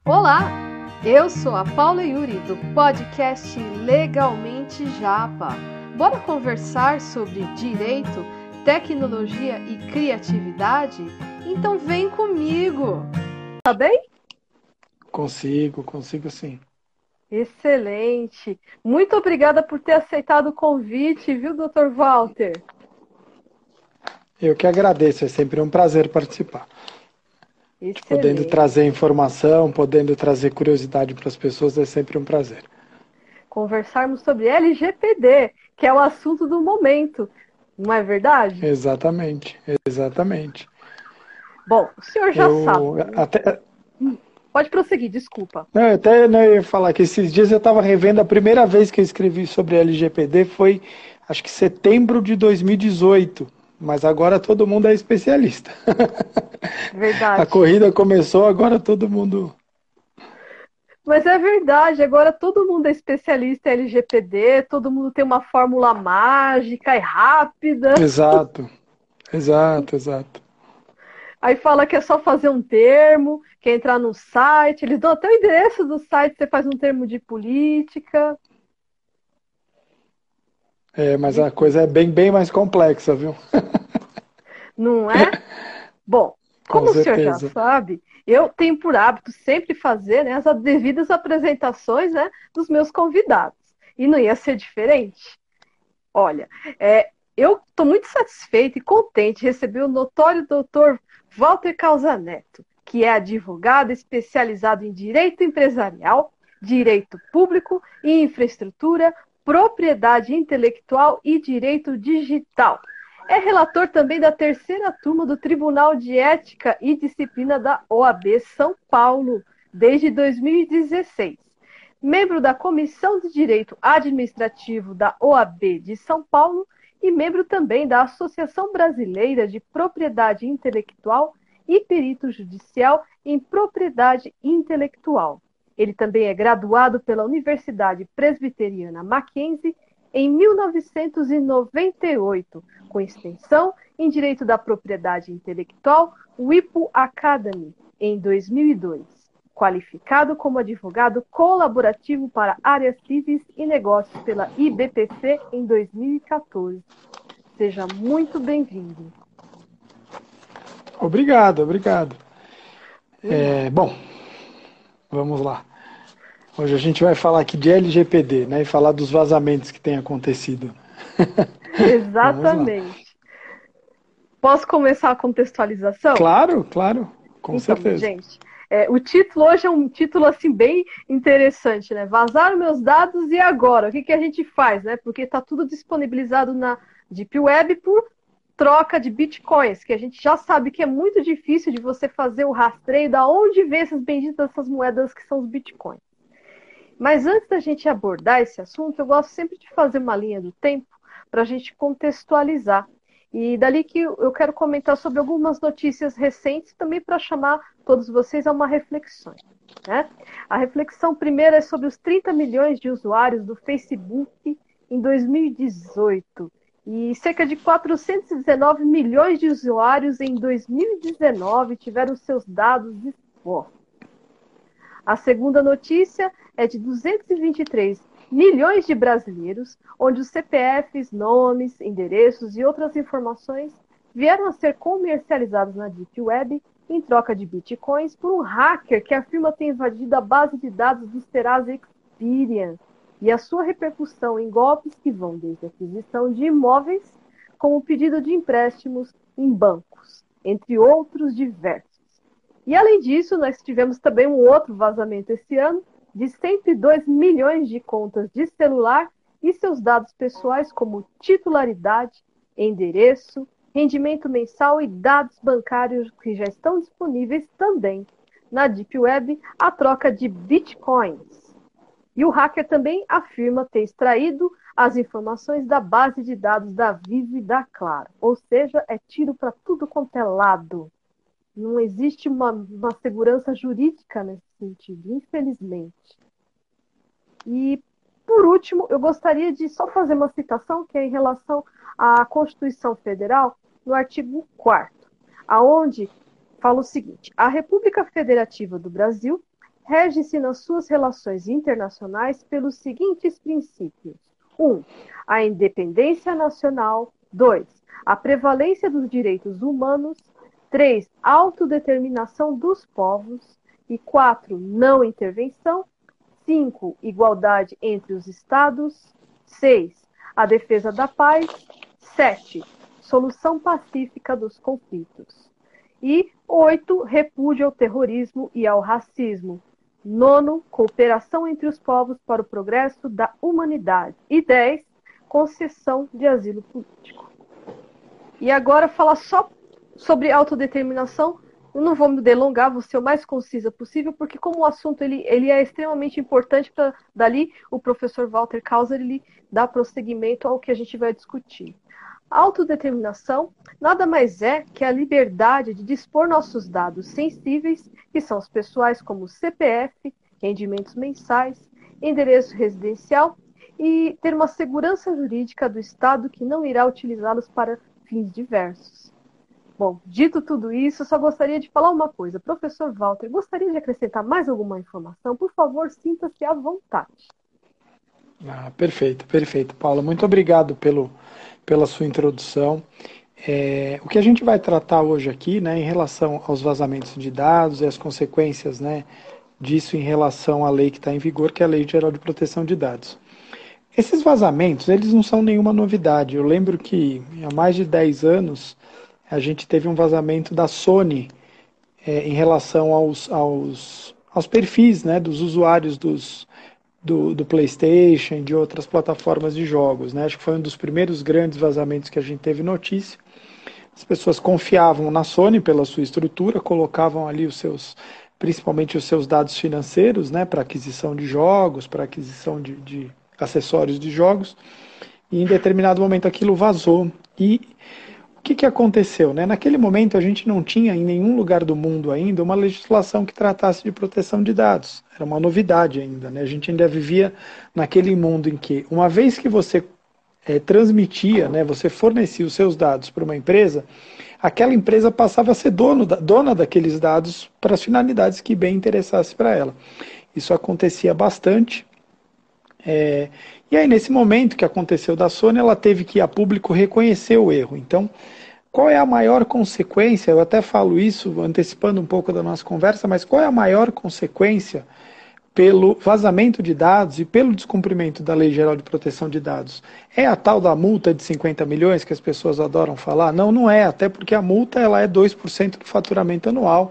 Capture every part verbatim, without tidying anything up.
Olá, eu sou a Paula Yuri do podcast Legalmente Japa. Bora conversar sobre direito, tecnologia e criatividade? Então vem comigo! Tá bem? Consigo, consigo sim. Excelente! Muito obrigada por ter aceitado o convite, viu, doutor Walter? Eu que agradeço, é sempre um prazer participar. Podendo Excelente! trazer informação, podendo trazer curiosidade para as pessoas, é sempre um prazer. Conversarmos sobre L G P D, que é o assunto do momento, não é verdade? Exatamente, exatamente. Bom, o senhor já sabe, Eu né? até, Pode prosseguir, desculpa. não, eu até não, eu ia falar que esses dias eu estava revendo, a primeira vez que eu escrevi sobre L G P D foi, acho que setembro de dois mil e dezoito, mas agora todo mundo é especialista. A Verdade. corrida começou, agora todo mundo... Mas é verdade, agora todo mundo é especialista em L G P D, todo mundo tem uma fórmula mágica e rápida. Exato, exato, exato. Aí fala que é só fazer um termo, que é entrar no site, eles dão até o endereço do site, você faz um termo de política. É, mas a Difícil, coisa é bem, bem mais complexa, viu? não é? Bom, Com como o senhor já certeza. sabe, eu tenho por hábito sempre fazer, né, as devidas apresentações, né, dos meus convidados. E não ia ser diferente. Olha, é, eu estou muito satisfeita e contente de receber o notório doutor Walter Causaneto, que é advogado especializado em direito empresarial, direito público e infraestrutura, propriedade intelectual e direito digital. É relator também da terceira turma do Tribunal de Ética e Disciplina da O A B São Paulo, desde dois mil e dezesseis. Membro da Comissão de Direito Administrativo da O A B de São Paulo e membro também da Associação Brasileira de Propriedade Intelectual e perito judicial em propriedade intelectual. Ele também é graduado pela Universidade Presbiteriana Mackenzie em mil novecentos e noventa e oito, com extensão em Direito da Propriedade Intelectual, Whipple Academy, em dois mil e dois. Qualificado como advogado colaborativo para áreas civis e negócios pela I B P C em dois mil e quatorze. Seja muito bem-vindo. Obrigado, obrigado. Por É, nada. bom, vamos lá. Hoje a gente vai falar aqui de L G P D, né? E falar dos vazamentos que têm acontecido. Vamos lá. Exatamente. Posso começar a contextualização? Claro, claro, com Então, certeza. gente, é, o título hoje é um título assim bem interessante, né? Vazaram meus dados e agora? O que, que a gente faz, né? Porque está tudo disponibilizado na Deep Web por troca de bitcoins, que a gente já sabe que é muito difícil de você fazer o rastreio da onde vem essas benditas essas moedas que são os bitcoins. Mas antes da gente abordar esse assunto, eu gosto sempre de fazer uma linha do tempo para a gente contextualizar. E dali que eu quero comentar sobre algumas notícias recentes também para chamar todos vocês a uma reflexão. Né? A reflexão primeira é sobre os trinta milhões de usuários do Facebook em dois mil e dezoito e cerca de quatrocentos e dezenove milhões de usuários em dois mil e dezenove tiveram seus dados expostos. A segunda notícia é de duzentos e vinte e três milhões de brasileiros, onde os C P Fs, nomes, endereços e outras informações vieram a ser comercializados na Deep Web em troca de bitcoins por um hacker que afirma ter invadido a base de dados do Serasa Experian e a sua repercussão em golpes que vão desde a aquisição de imóveis como o pedido de empréstimos em bancos, entre outros diversos. E, além disso, nós tivemos também um outro vazamento esse ano de cento e dois milhões de contas de celular e seus dados pessoais, como titularidade, endereço, rendimento mensal e dados bancários que já estão disponíveis também na Deep Web à troca de bitcoins. E o hacker também afirma ter extraído as informações da base de dados da Vivo e da Claro. Ou seja, é tiro para tudo quanto é lado. Não existe uma, uma segurança jurídica nesse sentido, infelizmente. E, por último, eu gostaria de só fazer uma citação, que é em relação à Constituição Federal, no artigo quarto, aonde fala o seguinte: a República Federativa do Brasil rege-se nas suas relações internacionais pelos seguintes princípios. um. A independência nacional. dois. A prevalência dos direitos humanos. três. Autodeterminação dos povos. E quatro. Não intervenção. cinco. Igualdade entre os Estados. seis. A defesa da paz. sete. Solução pacífica dos conflitos. E oito. Repúdio ao terrorismo e ao racismo. Nono. Cooperação entre os povos para o progresso da humanidade. E dez. Concessão de asilo político. E agora falar só sobre autodeterminação. Eu não vou me delongar, vou ser o mais concisa possível, porque como o assunto ele, ele é extremamente importante, para dali o professor Walter Kauser ele dá prosseguimento ao que a gente vai discutir. A autodeterminação nada mais é que a liberdade de dispor nossos dados sensíveis, que são os pessoais como C P F, rendimentos mensais, endereço residencial, e ter uma segurança jurídica do Estado que não irá utilizá-los para fins diversos. Bom, dito tudo isso, só gostaria de falar uma coisa. Professor Walter, gostaria de acrescentar mais alguma informação? Por favor, sinta-se à vontade. Ah, perfeito, perfeito, Paula. Muito obrigado pelo, pela sua introdução. É, o que a gente vai tratar hoje aqui, né, em relação aos vazamentos de dados e as consequências, né, disso em relação à lei que está em vigor, que é a Lei Geral de Proteção de Dados. Esses vazamentos, eles não são nenhuma novidade. Eu lembro que há mais de dez anos a gente teve um vazamento da Sony é, em relação aos, aos, aos perfis, né, dos usuários dos, do, do PlayStation e de outras plataformas de jogos, né? Acho que foi um dos primeiros grandes vazamentos que a gente teve notícia. As pessoas confiavam na Sony pela sua estrutura, colocavam ali os seus, principalmente os seus dados financeiros, né, para aquisição de jogos, para aquisição de, de acessórios de jogos, e em determinado momento aquilo vazou. E o que, que aconteceu? Né? Naquele momento a gente não tinha em nenhum lugar do mundo ainda uma legislação que tratasse de proteção de dados. Era uma novidade ainda. Né? A gente ainda vivia naquele mundo em que, uma vez que você é, transmitia, né, você fornecia os seus dados para uma empresa, aquela empresa passava a ser dono da, dona daqueles dados para as finalidades que bem interessasse para ela. Isso acontecia bastante. É, e aí, nesse momento que aconteceu da Sony, ela teve que ir a público reconhecer o erro. Então, qual é a maior consequência? Eu até falo isso, antecipando um pouco da nossa conversa, mas qual é a maior consequência pelo vazamento de dados e pelo descumprimento da Lei Geral de Proteção de Dados? É a tal da multa de cinquenta milhões que as pessoas adoram falar? Não, não é, até porque a multa ela é dois por cento do faturamento anual.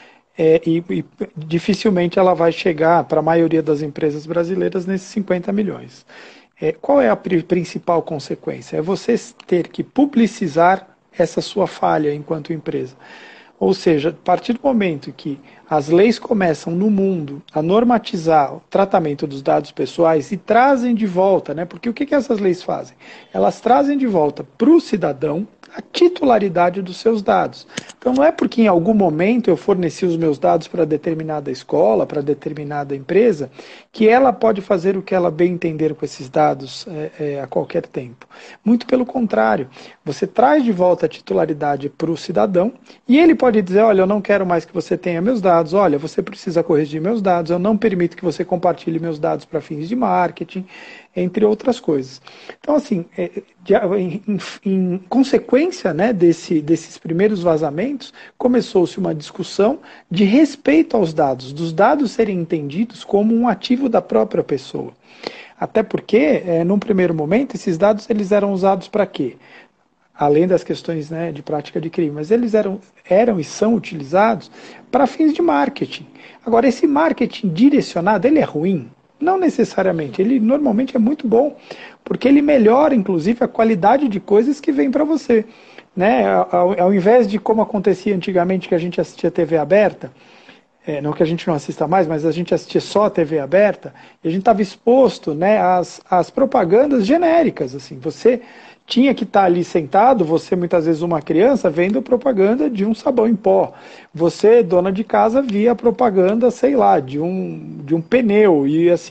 É, e, e dificilmente ela vai chegar para a maioria das empresas brasileiras nesses cinquenta milhões. É, qual é a pri- principal consequência? É você ter que publicizar essa sua falha enquanto empresa. Ou seja, a partir do momento que as leis começam no mundo a normatizar o tratamento dos dados pessoais e trazem de volta, né, porque o que, que essas leis fazem? Elas trazem de volta para o cidadão a titularidade dos seus dados. Então não é porque em algum momento eu forneci os meus dados para determinada escola, para determinada empresa, que ela pode fazer o que ela bem entender com esses dados é, é, a qualquer tempo. Muito pelo contrário, você traz de volta a titularidade para o cidadão e ele pode dizer, olha, eu não quero mais que você tenha meus dados, olha, você precisa corrigir meus dados, eu não permito que você compartilhe meus dados para fins de marketing, entre outras coisas. Então, assim, é, de, em, em, em consequência, né, desse, desses primeiros vazamentos, começou-se uma discussão de respeito aos dados, dos dados serem entendidos como um ativo da própria pessoa. Até porque, é, num primeiro momento, esses dados eles eram usados para quê? Além das questões, né, de prática de crime, mas eles eram, eram e são utilizados para fins de marketing. Agora, esse marketing direcionado, ele é ruim? Não necessariamente, ele normalmente é muito bom, porque ele melhora, inclusive, a qualidade de coisas que vêm para você. Né? Ao, ao invés de como acontecia antigamente, que a gente assistia T V aberta, é, não que a gente não assista mais, mas a gente assistia só a T V aberta, e a gente estava exposto, né, às, às propagandas genéricas. Assim, você tinha que estar ali sentado, você muitas vezes uma criança, vendo propaganda de um sabão em pó. Você, dona de casa, via a propaganda, sei lá, de um, de um pneu. E assim,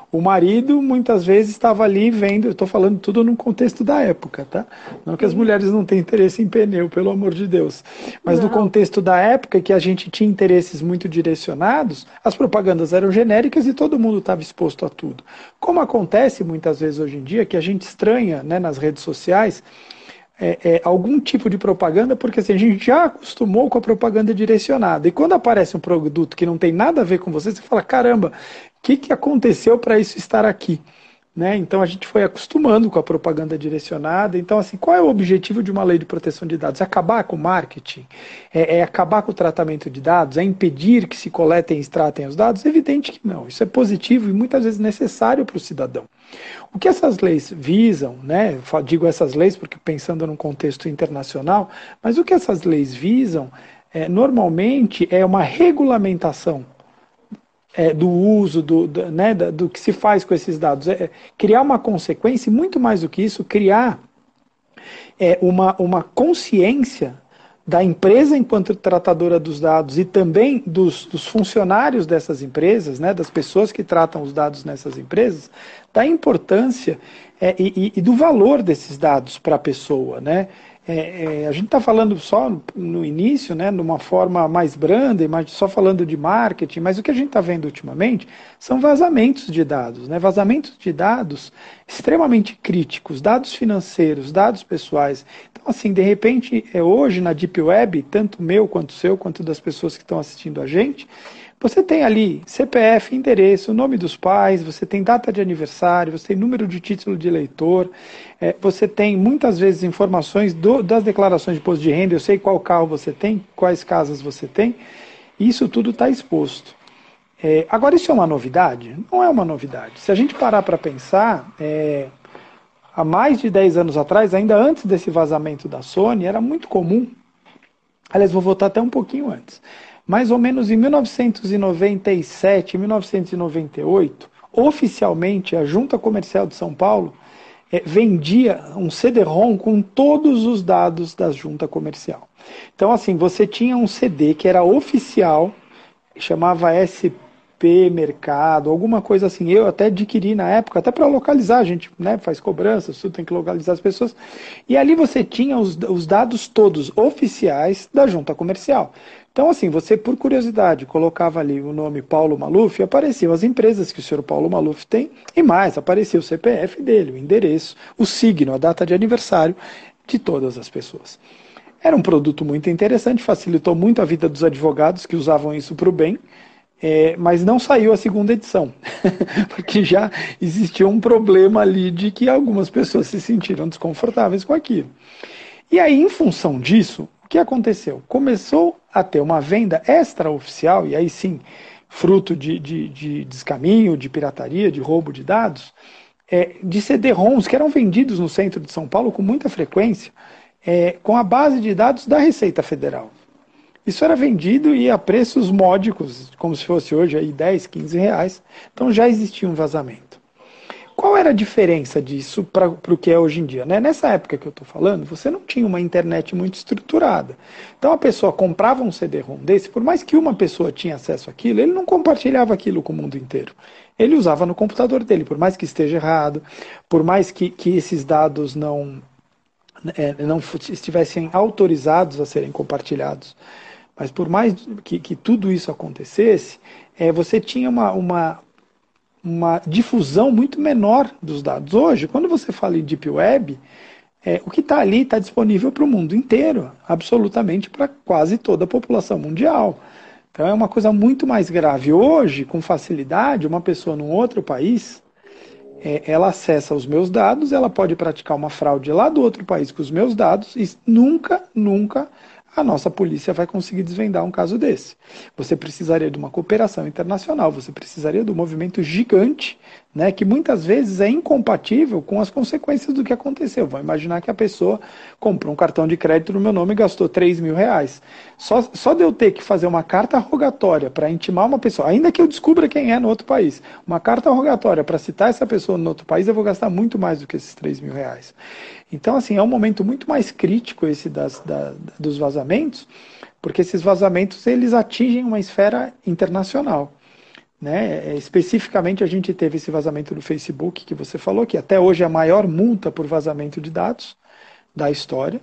O marido, muitas vezes, estava ali vendo, eu estou falando tudo num contexto da época, tá? Não que as mulheres não têm interesse em pneu, pelo amor de Deus. Mas no Não. contexto da época, que a gente tinha interesses muito direcionados, as propagandas eram genéricas e todo mundo estava exposto a tudo. Como acontece muitas vezes hoje em dia, que a gente estranha, né, nas redes sociais, É, é, algum tipo de propaganda, porque assim, a gente já acostumou com a propaganda direcionada. E quando aparece um produto que não tem nada a ver com você, você fala, caramba, o que, que aconteceu para isso estar aqui? Né? Então a gente foi acostumando com a propaganda direcionada. Então, assim, qual é o objetivo de uma lei de proteção de dados? É acabar com o marketing? É, é acabar com o tratamento de dados? É impedir que se coletem e extratem os dados? Evidente que não. Isso é positivo e muitas vezes necessário para o cidadão. O que essas leis visam, né? Digo essas leis porque pensando num contexto internacional, mas o que essas leis visam é, normalmente é uma regulamentação é, do uso, do, do, né, do que se faz com esses dados. É, criar uma consequência e muito mais do que isso, criar é, uma, uma consciência da empresa enquanto tratadora dos dados e também dos, dos funcionários dessas empresas, né, das pessoas que tratam os dados nessas empresas, da importância é, e, e do valor desses dados para a pessoa, né? É, é, a gente está falando só no início, né, numa forma mais branda, só falando de marketing, mas o que a gente está vendo ultimamente são vazamentos de dados, né, vazamentos de dados extremamente críticos, dados financeiros, dados pessoais. Então, assim, de repente, é, hoje na Deep Web, tanto meu quanto seu, quanto das pessoas que estão assistindo a gente, você tem ali C P F, endereço, nome dos pais, você tem data de aniversário, você tem número de título de eleitor, é, você tem muitas vezes informações do, das declarações de imposto de renda, eu sei qual carro você tem, quais casas você tem, isso tudo está exposto. É, agora, isso é uma novidade? Não é uma novidade. Se a gente parar para pensar, é, há mais de dez anos atrás, ainda antes desse vazamento da Sony, era muito comum, aliás, vou voltar até um pouquinho antes, mais ou menos em mil novecentos e noventa e sete, mil novecentos e noventa e oito, oficialmente a Junta Comercial de São Paulo é, vendia um C D ROM com todos os dados da Junta Comercial. Então, assim, você tinha um C D que era oficial, chamava S P Mercado, alguma coisa assim. Eu até adquiri na época, até para localizar, a gente, né, faz cobrança, tudo tem que localizar as pessoas. E ali você tinha os, os dados todos oficiais da Junta Comercial. Então, assim, você, por curiosidade, colocava ali o nome Paulo Maluf e apareciam as empresas que o senhor Paulo Maluf tem, e mais, aparecia o C P F dele, o endereço, o signo, a data de aniversário de todas as pessoas. Era um produto muito interessante, facilitou muito a vida dos advogados que usavam isso para o bem, é, mas não saiu a segunda edição, porque já existia um problema ali de que algumas pessoas se sentiram desconfortáveis com aquilo. E aí, em função disso, o que aconteceu? Começou a ter uma venda extraoficial, e aí sim, fruto de, de, de descaminho, de pirataria, de roubo de dados, é, de C D ROMs que eram vendidos no centro de São Paulo com muita frequência, é, com a base de dados da Receita Federal. Isso era vendido e a preços módicos, como se fosse hoje aí dez, quinze reais, então já existia um vazamento. Qual era a diferença disso para o que é hoje em dia? Né? Nessa época que eu estou falando, você não tinha uma internet muito estruturada. Então a pessoa comprava um C D ROM desse, por mais que uma pessoa tinha acesso àquilo, ele não compartilhava aquilo com o mundo inteiro. Ele usava no computador dele, por mais que esteja errado, por mais que, que esses dados não, é, não estivessem autorizados a serem compartilhados. Mas por mais que, que tudo isso acontecesse, é, você tinha uma... uma uma difusão muito menor dos dados. Hoje, quando você fala em Deep Web, é, o que está ali está disponível para o mundo inteiro, absolutamente para quase toda a população mundial. Então é uma coisa muito mais grave. Hoje, com facilidade, uma pessoa num outro país, é, ela acessa os meus dados, ela pode praticar uma fraude lá do outro país com os meus dados e nunca, nunca a nossa polícia vai conseguir desvendar um caso desse. Você precisaria de uma cooperação internacional, você precisaria de um movimento gigante, né, que muitas vezes é incompatível com as consequências do que aconteceu. Vou imaginar que a pessoa comprou um cartão de crédito no meu nome e gastou três mil reais. Só, só de eu ter que fazer uma carta rogatória para intimar uma pessoa, ainda que eu descubra quem é no outro país, uma carta rogatória para citar essa pessoa no outro país, eu vou gastar muito mais do que esses três mil reais. Então, assim, é um momento muito mais crítico esse das, da, dos vazamentos, porque esses vazamentos eles atingem uma esfera internacional. né? Especificamente a gente teve esse vazamento do Facebook que você falou, que até hoje é a maior multa por vazamento de dados da história.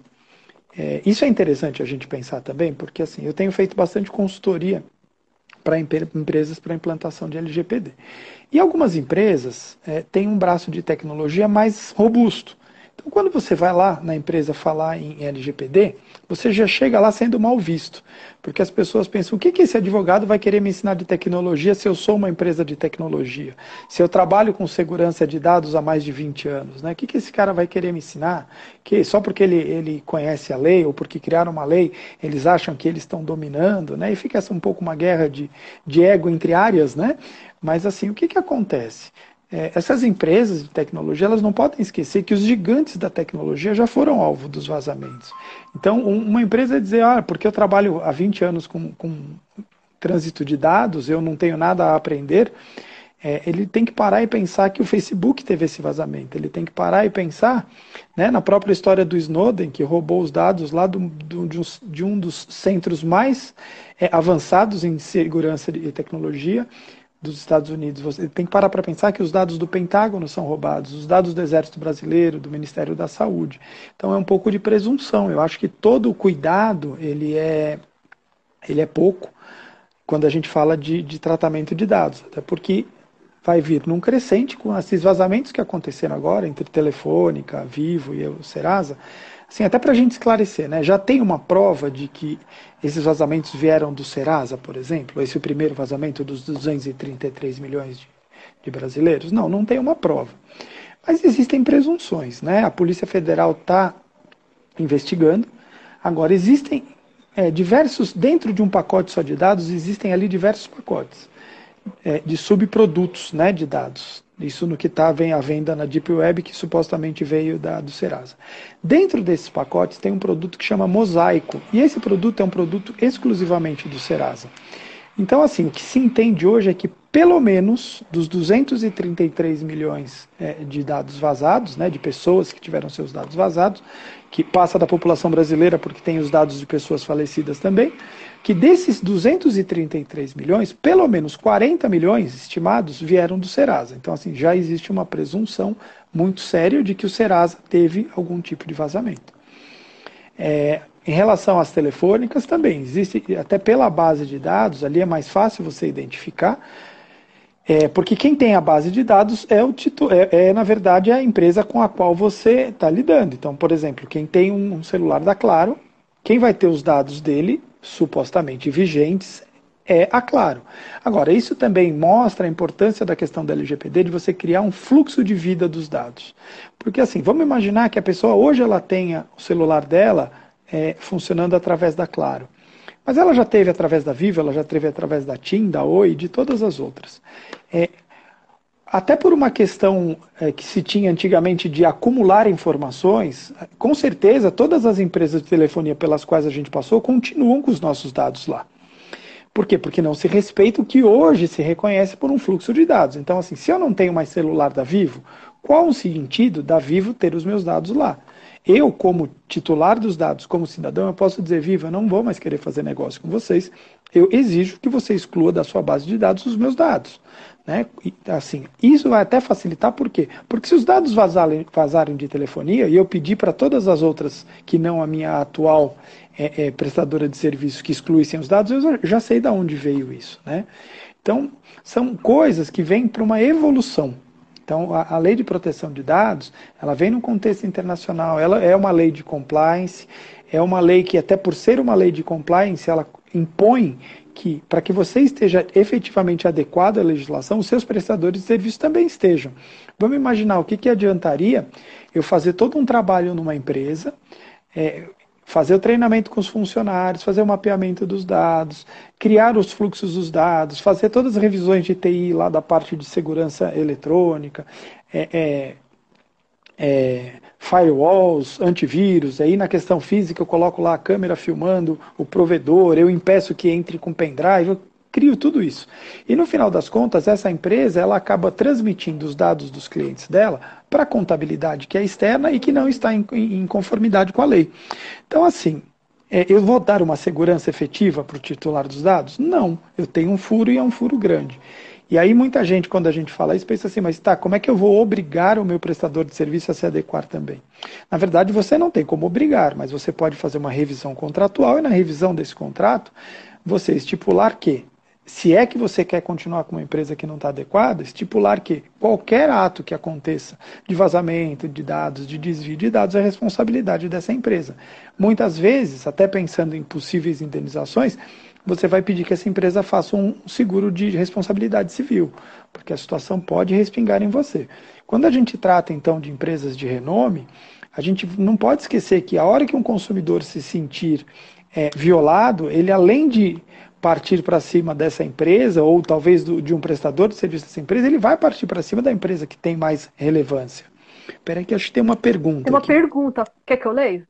É, isso é interessante a gente pensar também, porque assim, eu tenho feito bastante consultoria para empresas para implantação de L G P D. E algumas empresas é, têm um braço de tecnologia mais robusto. Então, quando você vai lá na empresa falar em L G P D, você já chega lá sendo mal visto. Porque as pessoas pensam, o que, que esse advogado vai querer me ensinar de tecnologia se eu sou uma empresa de tecnologia? Se eu trabalho com segurança de dados há mais de vinte anos, né? O que, que esse cara vai querer me ensinar? Que só porque ele, ele conhece a lei ou porque criaram uma lei, eles acham que eles estão dominando, né? E fica essa um pouco uma guerra de, de ego entre áreas, né? Mas assim, o que, que acontece? É, essas empresas de tecnologia, elas não podem esquecer que os gigantes da tecnologia já foram alvo dos vazamentos. Então, um, uma empresa dizer, ah, porque eu trabalho há vinte anos com, com trânsito de dados, eu não tenho nada a aprender, é, ele tem que parar e pensar que o Facebook teve esse vazamento, ele tem que parar e pensar, né, na própria história do Snowden, que roubou os dados lá do, do, de, um, de um dos centros mais é, avançados em segurança e tecnologia, dos Estados Unidos. Você tem que parar para pensar que os dados do Pentágono são roubados, os dados do Exército Brasileiro, do Ministério da Saúde. Então é um pouco de presunção. Eu acho que todo o cuidado ele é, ele é pouco quando a gente fala de, de tratamento de dados, até porque vai vir num crescente com esses vazamentos que aconteceram agora entre Telefônica, Vivo e o Serasa. Assim, até para a gente esclarecer, né? Já tem uma prova de que esses vazamentos vieram do Serasa, por exemplo, esse é o primeiro vazamento dos duzentos e trinta e três milhões de, de brasileiros? Não, não tem uma prova. Mas existem presunções, né? A Polícia Federal está investigando. Agora, existem é, diversos, dentro de um pacote só de dados, existem ali diversos pacotes é, de subprodutos, né, de dados. Isso no que está à venda na Deep Web, que supostamente veio da, do Serasa. Dentro desses pacotes tem um produto que chama Mosaico, e esse produto é um produto exclusivamente do Serasa. Então, assim, o que se entende hoje é que pelo menos dos duzentos e trinta e três milhões é, de dados vazados, né, de pessoas que tiveram seus dados vazados, que passa da população brasileira porque tem os dados de pessoas falecidas também, que desses duzentos e trinta e três milhões, pelo menos quarenta milhões estimados vieram do Serasa. Então, assim, já existe uma presunção muito séria de que o Serasa teve algum tipo de vazamento. É, em relação às telefônicas também, existe, até pela base de dados, ali é mais fácil você identificar, é, porque quem tem a base de dados é, o titu, é, é, na verdade, a empresa com a qual você está lidando. Então, por exemplo, quem tem um celular da Claro, quem vai ter os dados dele, supostamente vigentes, é a Claro. Agora, isso também mostra a importância da questão da L G P D, de você criar um fluxo de vida dos dados. Porque assim, vamos imaginar que a pessoa hoje ela tenha o celular dela é, funcionando através da Claro. Mas ela já teve através da Vivo, ela já teve através da TIM, da Oi e de todas as outras. É, até por uma questão é, que se tinha antigamente de acumular informações, com certeza todas as empresas de telefonia pelas quais a gente passou continuam com os nossos dados lá. Por quê? Porque não se respeita o que hoje se reconhece por um fluxo de dados. Então, assim, se eu não tenho mais celular da Vivo, qual o sentido da Vivo ter os meus dados lá? Eu, como titular dos dados, como cidadão, eu posso dizer, Vivo, eu não vou mais querer fazer negócio com vocês, eu exijo que você exclua da sua base de dados os meus dados. Né? E, assim, isso vai até facilitar, por quê? Porque se os dados vazarem, vazarem de telefonia, e eu pedir para todas as outras, que não a minha atual é, é, prestadora de serviço, que excluíssem os dados, eu já sei de onde veio isso. Né? Então, são coisas que vêm para uma evolução. Então, a, a lei de proteção de dados, ela vem num contexto internacional, ela é uma lei de compliance, é uma lei que, até por ser uma lei de compliance, ela impõe que, para que você esteja efetivamente adequado à legislação, os seus prestadores de serviço também estejam. Vamos imaginar o que, que adiantaria eu fazer todo um trabalho numa empresa, é, fazer o treinamento com os funcionários, fazer o mapeamento dos dados, criar os fluxos dos dados, fazer todas as revisões de T I lá da parte de segurança eletrônica, é, é, é, firewalls, antivírus, aí na questão física eu coloco lá a câmera filmando o provedor, eu impeço que entre com pendrive, eu crio tudo isso. E no final das contas, essa empresa ela acaba transmitindo os dados dos clientes dela para a contabilidade que é externa e que não está em, em conformidade com a lei. Então, assim, é, eu vou dar uma segurança efetiva para o titular dos dados? Não, eu tenho um furo e é um furo grande. E aí muita gente, quando a gente fala isso, pensa assim, mas tá, como é que eu vou obrigar o meu prestador de serviço a se adequar também? Na verdade, você não tem como obrigar, mas você pode fazer uma revisão contratual e na revisão desse contrato, você estipular que, se é que você quer continuar com uma empresa que não está adequada, estipular que qualquer ato que aconteça de vazamento de dados, de desvio de dados, é responsabilidade dessa empresa. Muitas vezes, até pensando em possíveis indenizações, você vai pedir que essa empresa faça um seguro de responsabilidade civil, porque a situação pode respingar em você. Quando a gente trata, então, de empresas de renome, a gente não pode esquecer que a hora que um consumidor se sentir é, violado, ele, além de partir para cima dessa empresa, ou talvez do, de um prestador de serviço dessa empresa, ele vai partir para cima da empresa que tem mais relevância. Espera aí que acho que tem uma pergunta Tem uma aqui. pergunta. Quer que eu leia?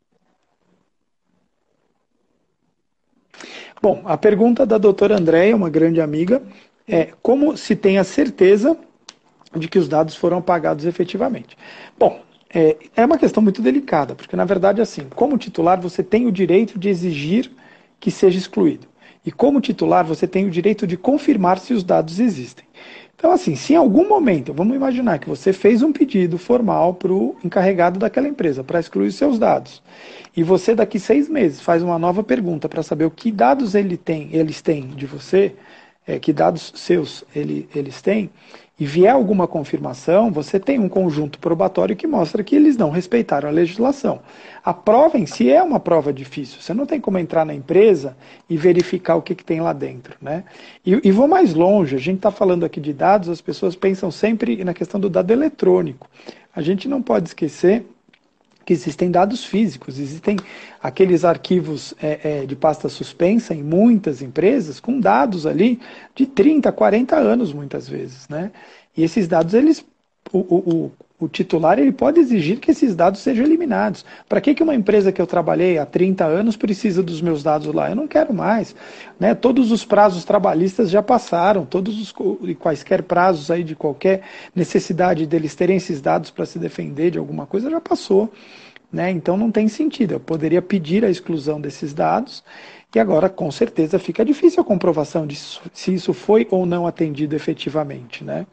Bom, a pergunta da doutora Andréia, uma grande amiga, é como se tem a certeza de que os dados foram apagados efetivamente. Bom, é, é uma questão muito delicada, porque na verdade, assim, como titular, você tem o direito de exigir que seja excluído. E como titular, você tem o direito de confirmar se os dados existem. Então, assim, se em algum momento, vamos imaginar que você fez um pedido formal para o encarregado daquela empresa para excluir os seus dados, e você daqui seis meses faz uma nova pergunta para saber o que dados ele tem, eles têm de você, é, que dados seus ele, eles têm, e vier alguma confirmação, você tem um conjunto probatório que mostra que eles não respeitaram a legislação. A prova em si é uma prova difícil. Você não tem como entrar na empresa e verificar o que, que tem lá dentro, né? E, e vou mais longe, a gente está falando aqui de dados, as pessoas pensam sempre na questão do dado eletrônico. A gente não pode esquecer que existem dados físicos, existem aqueles arquivos é, é, de pasta suspensa em muitas empresas, com dados ali de trinta, quarenta anos muitas vezes, né? E esses dados, eles, o, o, o titular ele pode exigir que esses dados sejam eliminados. Para que, que uma empresa que eu trabalhei há trinta anos precisa dos meus dados lá? Eu não quero mais, né? Todos os prazos trabalhistas já passaram, todos os quaisquer prazos aí de qualquer necessidade deles terem esses dados para se defender de alguma coisa já passou. Né? Então não tem sentido. Eu poderia pedir a exclusão desses dados e agora com certeza fica difícil a comprovação de se isso foi ou não atendido efetivamente, né?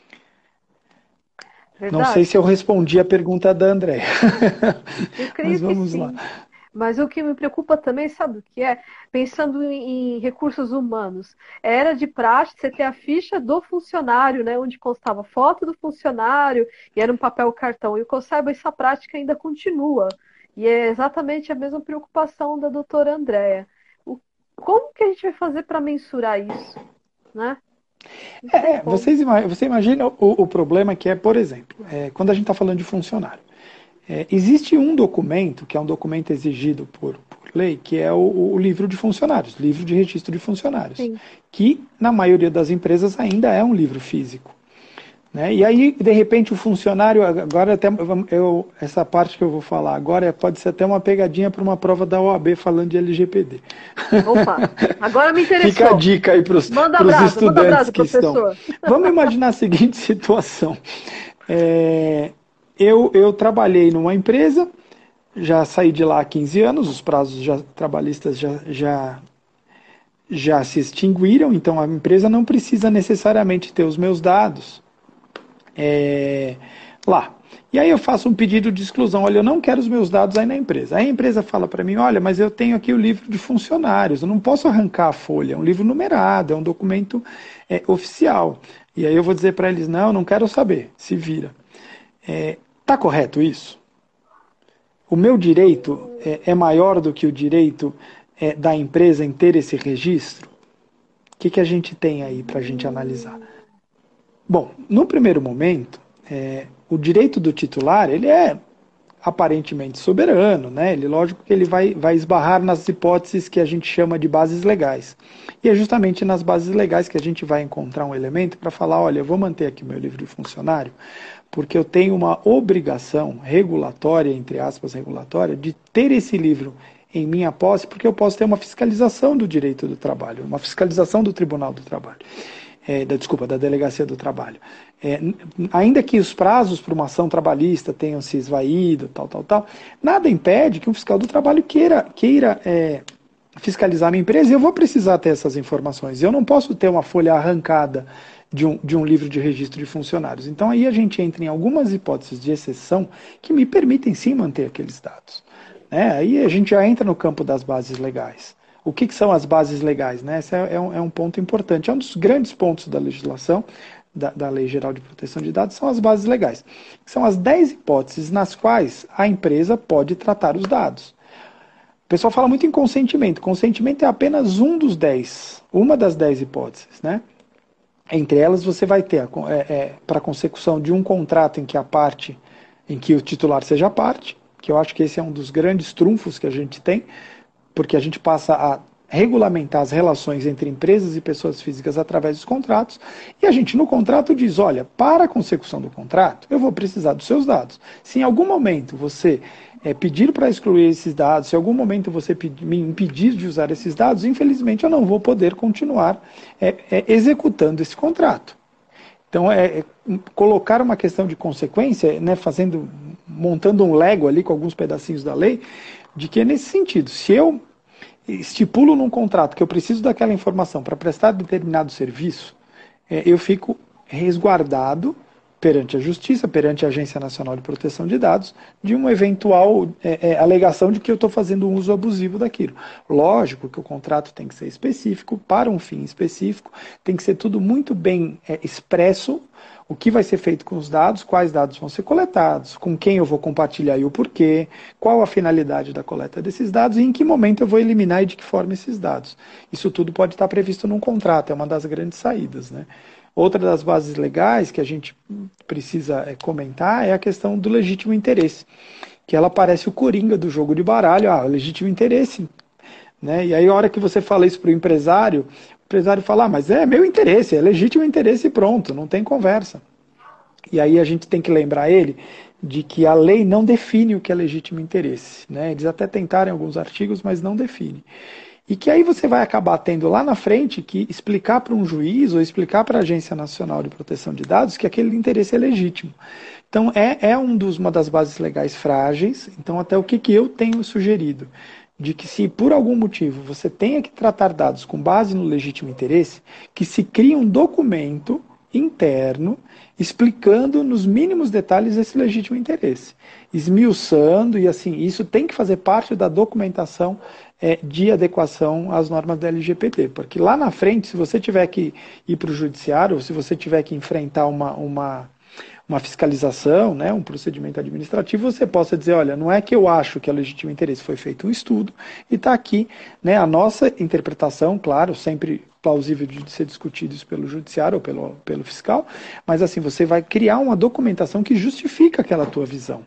Verdade. Não sei se eu respondi a pergunta da Andréia. Eu creio Mas vamos que sim. lá. Mas o que me preocupa também, sabe o que é? Pensando em, em recursos humanos. Era de praxe você ter a ficha do funcionário, né? Onde constava foto do funcionário e era um papel cartão. E o que eu saiba, essa prática ainda continua. E é exatamente a mesma preocupação da doutora Andréia. O, como que a gente vai fazer para mensurar isso? Né? É, vocês, você imagina o, o problema que é, por exemplo, é, quando a gente está falando de funcionário. É, existe um documento, que é um documento exigido por, por lei, que é o, o livro de funcionários, livro de registro de funcionários, Sim. que na maioria das empresas ainda é um livro físico. Né? E aí, de repente, o funcionário, agora até eu, essa parte que eu vou falar agora pode ser até uma pegadinha para uma prova da O A B falando de L G P D. Opa, agora me interessou. Fica a dica aí para os estudantes manda abraço, que professor. Estão. Vamos imaginar a seguinte situação. É, eu, eu trabalhei numa empresa, já saí de lá há quinze anos, os prazos já, trabalhistas já, já, já se extinguiram, então a empresa não precisa necessariamente ter os meus dados é, lá. E aí eu faço um pedido de exclusão, olha, eu não quero os meus dados aí na empresa. Aí a empresa fala para mim, olha, mas eu tenho aqui o livro de funcionários, eu não posso arrancar a folha, é um livro numerado, é um documento é, oficial. E aí eu vou dizer para eles, não, não quero saber, se vira. É, tá correto isso? O meu direito é, é maior do que o direito é, da empresa em ter esse registro? O que, que a gente tem aí para a gente analisar? Bom, no primeiro momento, é, o direito do titular, ele é aparentemente soberano, né? Ele, lógico que ele vai, vai esbarrar nas hipóteses que a gente chama de bases legais. E é justamente nas bases legais que a gente vai encontrar um elemento para falar, olha, eu vou manter aqui meu livro de funcionário, porque eu tenho uma obrigação regulatória, entre aspas, regulatória, de ter esse livro em minha posse, porque eu posso ter uma fiscalização do direito do trabalho, uma fiscalização do Tribunal do Trabalho. É, da, desculpa, da Delegacia do Trabalho. É, ainda que os prazos para uma ação trabalhista tenham se esvaído, tal, tal, tal, nada impede que um fiscal do trabalho queira, queira é, fiscalizar a minha empresa e eu vou precisar ter essas informações. Eu não posso ter uma folha arrancada de um, de um livro de registro de funcionários. Então aí a gente entra em algumas hipóteses de exceção que me permitem sim manter aqueles dados. Né? Aí a gente já entra no campo das bases legais. O que, que são as bases legais? Né? Esse é, é, um, é um ponto importante. É um dos grandes pontos da legislação, da, da Lei Geral de Proteção de Dados, são as bases legais. São as dez hipóteses nas quais a empresa pode tratar os dados. O pessoal fala muito em consentimento. Consentimento é apenas um dos dez, uma das dez hipóteses, né? Entre elas você vai ter, é, é, para consecução de um contrato em que a parte, em que o titular seja parte, que eu acho que esse é um dos grandes trunfos que a gente tem, porque a gente passa a regulamentar as relações entre empresas e pessoas físicas através dos contratos, e a gente no contrato diz, olha, para a consecução do contrato, eu vou precisar dos seus dados. Se em algum momento você é, pedir para excluir esses dados, se em algum momento você pedir, me impedir de usar esses dados, infelizmente eu não vou poder continuar é, é, executando esse contrato. Então, é, é colocar uma questão de consequência, né, fazendo, montando um Lego ali com alguns pedacinhos da lei, de que é nesse sentido, se eu estipulo num contrato que eu preciso daquela informação para prestar determinado serviço, é, eu fico resguardado perante a Justiça, perante a Agência Nacional de Proteção de Dados, de uma eventual é, é, alegação de que eu estou fazendo um uso abusivo daquilo. Lógico que o contrato tem que ser específico, para um fim específico, tem que ser tudo muito bem é, expresso, o que vai ser feito com os dados, quais dados vão ser coletados, com quem eu vou compartilhar e o porquê, qual a finalidade da coleta desses dados e em que momento eu vou eliminar e de que forma esses dados. Isso tudo pode estar previsto num contrato, é uma das grandes saídas, né? Outra das bases legais que a gente precisa é, comentar é a questão do legítimo interesse, que ela parece o coringa do jogo de baralho, ah, legítimo interesse, né? E aí a hora que você fala isso para o empresário, o empresário fala, ah, mas é meu interesse, é legítimo interesse e pronto, não tem conversa. E aí a gente tem que lembrar ele de que a lei não define o que é legítimo interesse, né? Eles até tentaram em alguns artigos, mas não define. E que aí você vai acabar tendo lá na frente que explicar para um juiz ou explicar para a Agência Nacional de Proteção de Dados que aquele interesse é legítimo. Então é, é um dos, uma das bases legais frágeis, então até o que, que eu tenho sugerido? De que se por algum motivo você tenha que tratar dados com base no legítimo interesse, que se crie um documento interno explicando nos mínimos detalhes esse legítimo interesse, esmiuçando e assim, isso tem que fazer parte da documentação é, de adequação às normas da L G P D, porque lá na frente, se você tiver que ir para o judiciário, ou se você tiver que enfrentar uma, uma uma fiscalização, né, um procedimento administrativo, você possa dizer, olha, não é que eu acho que é legítimo interesse, foi feito um estudo e está aqui, né, a nossa interpretação, claro, sempre plausível de ser discutido isso pelo judiciário ou pelo, pelo fiscal, mas assim, você vai criar uma documentação que justifica aquela tua visão.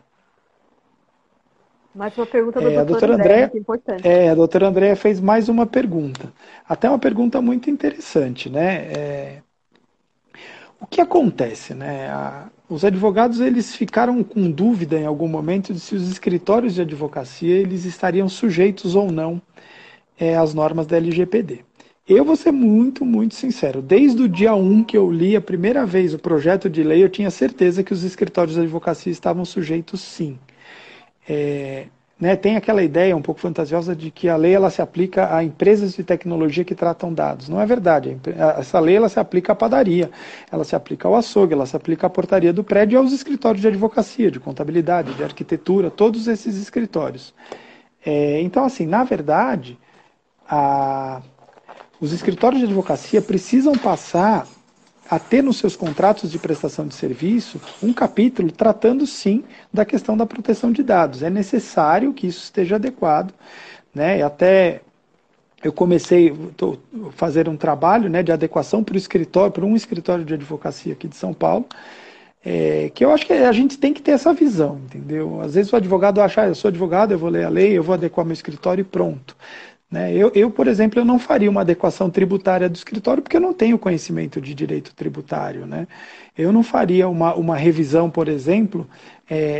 Mais uma pergunta da é, doutora Andréa, muito importante. É, a doutora Andréa fez mais uma pergunta, até uma pergunta muito interessante, né, é, o que acontece, né, a, os advogados eles ficaram com dúvida em algum momento de se os escritórios de advocacia eles estariam sujeitos ou não é, às normas da L G P D. Eu vou ser muito, muito sincero. Desde o dia um que eu li a primeira vez o projeto de lei, eu tinha certeza que os escritórios de advocacia estavam sujeitos sim. É, né, tem aquela ideia um pouco fantasiosa de que a lei ela se aplica a empresas de tecnologia que tratam dados. Não é verdade. Essa lei ela se aplica à padaria, ela se aplica ao açougue, ela se aplica à portaria do prédio e aos escritórios de advocacia, de contabilidade, de arquitetura, todos esses escritórios. É, então, assim, na verdade, a, os escritórios de advocacia precisam passar a ter nos seus contratos de prestação de serviço um capítulo tratando, sim, da questão da proteção de dados. É necessário que isso esteja adequado, né? E até eu comecei a fazer um trabalho, né, de adequação para o escritório, para um escritório de advocacia aqui de São Paulo, é, que eu acho que a gente tem que ter essa visão, entendeu? Às vezes o advogado acha, ah, eu sou advogado, eu vou ler a lei, eu vou adequar meu escritório e pronto. Né? Eu, eu, por exemplo, eu não faria uma adequação tributária do escritório porque eu não tenho conhecimento de direito tributário. Né? Eu não faria uma, uma revisão, por exemplo, é,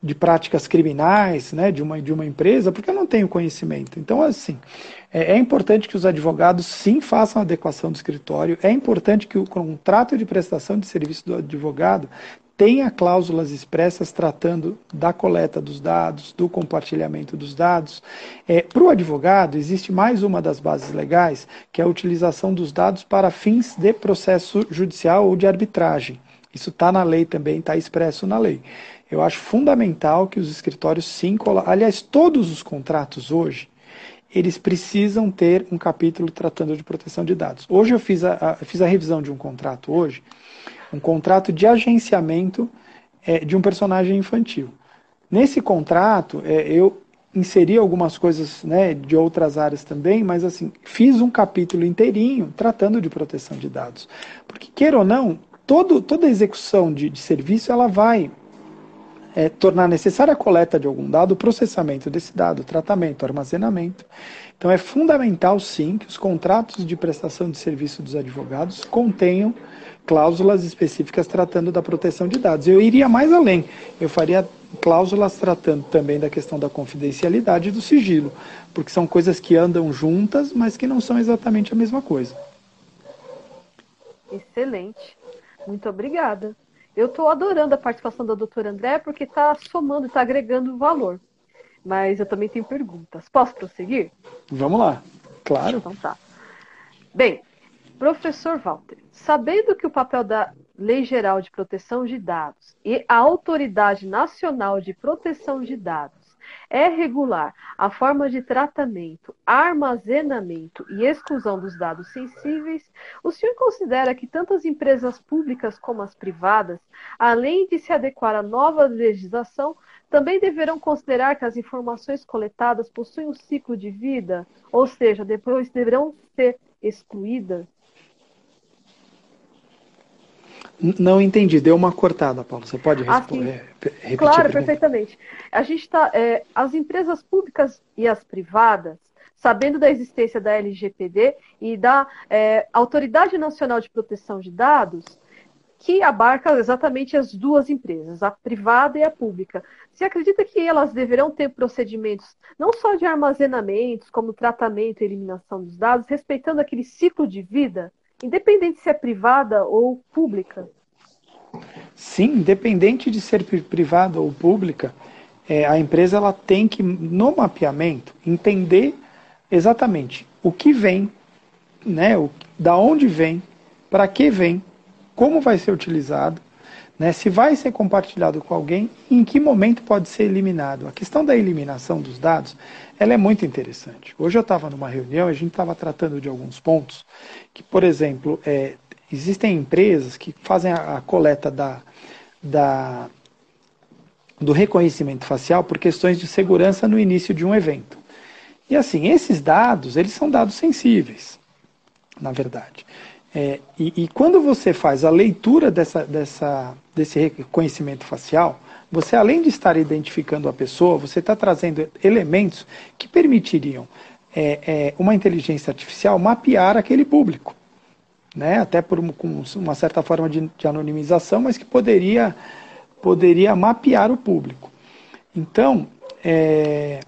de práticas criminais, né, de uma, de uma empresa, porque eu não tenho conhecimento. Então, assim, é, é importante que os advogados, sim, façam a adequação do escritório, é importante que o contrato de prestação de serviço do advogado tenha cláusulas expressas tratando da coleta dos dados, do compartilhamento dos dados. É, para o advogado, existe mais uma das bases legais, que é a utilização dos dados para fins de processo judicial ou de arbitragem. Isso está na lei também, está expresso na lei. Eu acho fundamental que os escritórios, sim, aliás, todos os contratos hoje, eles precisam ter um capítulo tratando de proteção de dados. Hoje eu fiz a, a, fiz a revisão de um contrato hoje, um contrato de agenciamento é, de um personagem infantil. Nesse contrato, é, eu inseri algumas coisas, né, de outras áreas também, mas assim, fiz um capítulo inteirinho tratando de proteção de dados. Porque, queira ou não, todo, toda execução de, de serviço, ela vai é, tornar necessária a coleta de algum dado, o processamento desse dado, tratamento, armazenamento. Então é fundamental, sim, que os contratos de prestação de serviço dos advogados contenham cláusulas específicas tratando da proteção de dados. Eu iria mais além, eu faria cláusulas tratando também da questão da confidencialidade e do sigilo, porque são coisas que andam juntas, mas que não são exatamente a mesma coisa. Excelente. Muito obrigada. Eu estou adorando a participação da doutora André, porque está somando, está agregando valor. Mas eu também tenho perguntas. Posso prosseguir? Vamos lá. Claro. Então tá. Bem, professor Walter, sabendo que o papel da Lei Geral de Proteção de Dados e a Autoridade Nacional de Proteção de Dados é regular a forma de tratamento, armazenamento e exclusão dos dados sensíveis, o senhor considera que tanto as empresas públicas como as privadas, além de se adequar à nova legislação, também deverão considerar que as informações coletadas possuem um ciclo de vida, ou seja, depois deverão ser excluídas? Não entendi, deu uma cortada, Paulo. Você pode responder, assim, repetir? Claro, perfeitamente. A gente tá, é, as empresas públicas e as privadas, sabendo da existência da L G P D e da é, Autoridade Nacional de Proteção de Dados, que abarca exatamente as duas empresas, a privada e a pública. Você acredita que elas deverão ter procedimentos não só de armazenamentos, como tratamento e eliminação dos dados, respeitando aquele ciclo de vida, independente se é privada ou pública? Sim, independente de ser privada ou pública, é, a empresa ela tem que, no mapeamento, entender exatamente o que vem, né, o, da onde vem, para que vem, como vai ser utilizado, né, se vai ser compartilhado com alguém e em que momento pode ser eliminado. A questão da eliminação dos dados, ela é muito interessante. Hoje eu estava numa reunião e a gente estava tratando de alguns pontos que, por exemplo, é, existem empresas que fazem a, a coleta da, da, do reconhecimento facial por questões de segurança no início de um evento. E assim, esses dados, eles são dados sensíveis, na verdade. É, e, e quando você faz a leitura dessa, dessa, desse reconhecimento facial, você, além de estar identificando a pessoa, você está trazendo elementos que permitiriam é, é, uma inteligência artificial mapear aquele público, né? Até por um, com uma certa forma de, de anonimização, mas que poderia, poderia mapear o público. Então, é,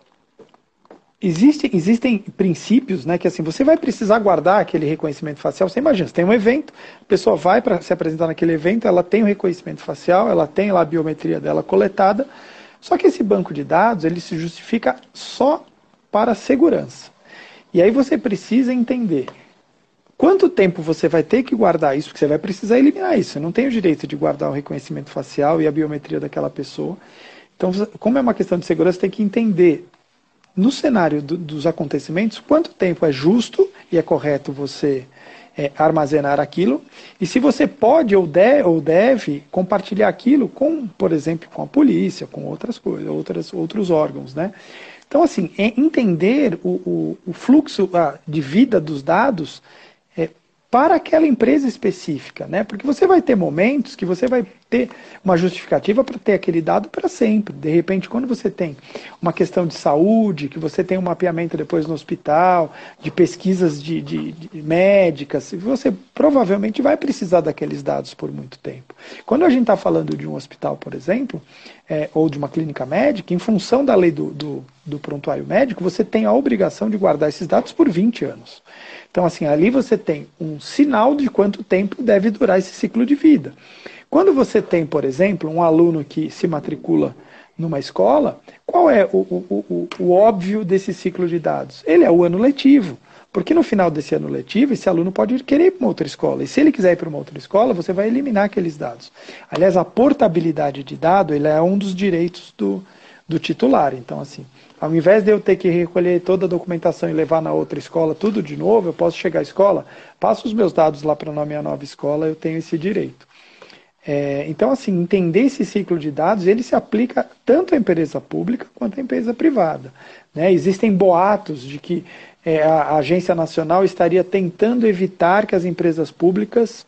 Existem, existem princípios, né, que assim, você vai precisar guardar aquele reconhecimento facial. Você imagina, você tem um evento, a pessoa vai para se apresentar naquele evento, ela tem o reconhecimento facial, ela tem lá a biometria dela coletada, só que esse banco de dados, ele se justifica só para segurança. E aí você precisa entender quanto tempo você vai ter que guardar isso, porque você vai precisar eliminar isso. Você não tem o direito de guardar o reconhecimento facial e a biometria daquela pessoa. Então, como é uma questão de segurança, você tem que entender no cenário do, dos acontecimentos, quanto tempo é justo e é correto você é, armazenar aquilo, e se você pode ou, de, ou deve compartilhar aquilo com, por exemplo, com a polícia, com outras coisas, outras, outros órgãos, né? Então, assim, é entender o, o, o fluxo a, de vida dos dados é, para aquela empresa específica, né? Porque você vai ter momentos que você vai ter uma justificativa para ter aquele dado para sempre. De repente, quando você tem uma questão de saúde, que você tem um mapeamento depois no hospital, de pesquisas de, de, de médicas, você provavelmente vai precisar daqueles dados por muito tempo. Quando a gente está falando de um hospital, por exemplo, é, ou de uma clínica médica, em função da lei do, do, do prontuário médico, você tem a obrigação de guardar esses dados por vinte anos. Então, assim, ali você tem um sinal de quanto tempo deve durar esse ciclo de vida. Quando você tem, por exemplo, um aluno que se matricula numa escola, qual é o, o, o, o óbvio desse ciclo de dados? Ele é o ano letivo, porque no final desse ano letivo, esse aluno pode querer ir para uma outra escola. E se ele quiser ir para uma outra escola, você vai eliminar aqueles dados. Aliás, a portabilidade de dado, ele é um dos direitos do, do titular. Então, assim, ao invés de eu ter que recolher toda a documentação e levar na outra escola tudo de novo, eu posso chegar à escola, passo os meus dados lá para a minha nova escola, eu tenho esse direito. É, então, assim, entender esse ciclo de dados, ele se aplica tanto à empresa pública quanto à empresa privada. Né? Existem boatos de que é, a Agência Nacional estaria tentando evitar que as empresas públicas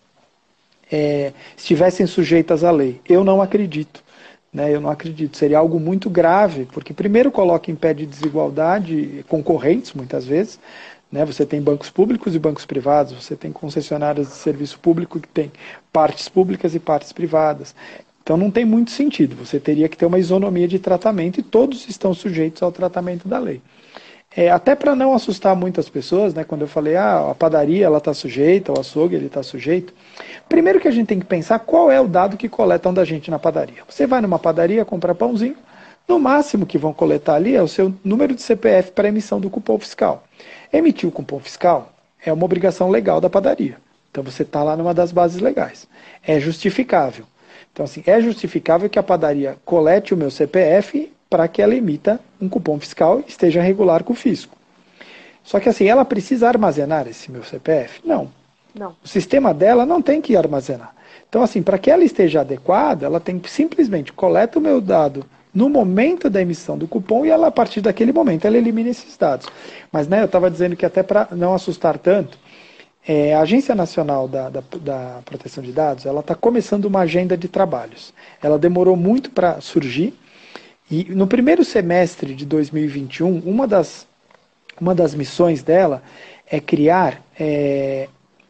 é, estivessem sujeitas à lei. Eu não acredito. Né, eu não acredito, seria algo muito grave, porque primeiro coloca em pé de desigualdade concorrentes, muitas vezes, né, você tem bancos públicos e bancos privados, você tem concessionárias de serviço público que tem partes públicas e partes privadas, então não tem muito sentido, você teria que ter uma isonomia de tratamento e todos estão sujeitos ao tratamento da lei. É, até para não assustar muitas pessoas, né, quando eu falei, ah, a padaria ela está sujeita, o açougue ele está sujeito. Primeiro que a gente tem que pensar qual é o dado que coletam da gente na padaria. Você vai numa padaria comprar pãozinho, no máximo que vão coletar ali é o seu número de C P F para emissão do cupom fiscal. Emitir o cupom fiscal é uma obrigação legal da padaria. Então você está lá numa das bases legais. É justificável. Então assim, é justificável que a padaria colete o meu C P F para que ela emita um cupom fiscal e esteja regular com o fisco. Só que assim, ela precisa armazenar esse meu C P F? Não. Não. O sistema dela não tem que armazenar. Então assim, para que ela esteja adequada, ela tem que simplesmente coleta o meu dado no momento da emissão do cupom e ela, a partir daquele momento, ela elimina esses dados. Mas né, eu estava dizendo que até para não assustar tanto, é, a Agência Nacional da, da, da Proteção de Dados, ela está começando uma agenda de trabalhos. Ela demorou muito para surgir, e no primeiro semestre de dois mil e vinte e um, uma das, uma das missões dela é criar é,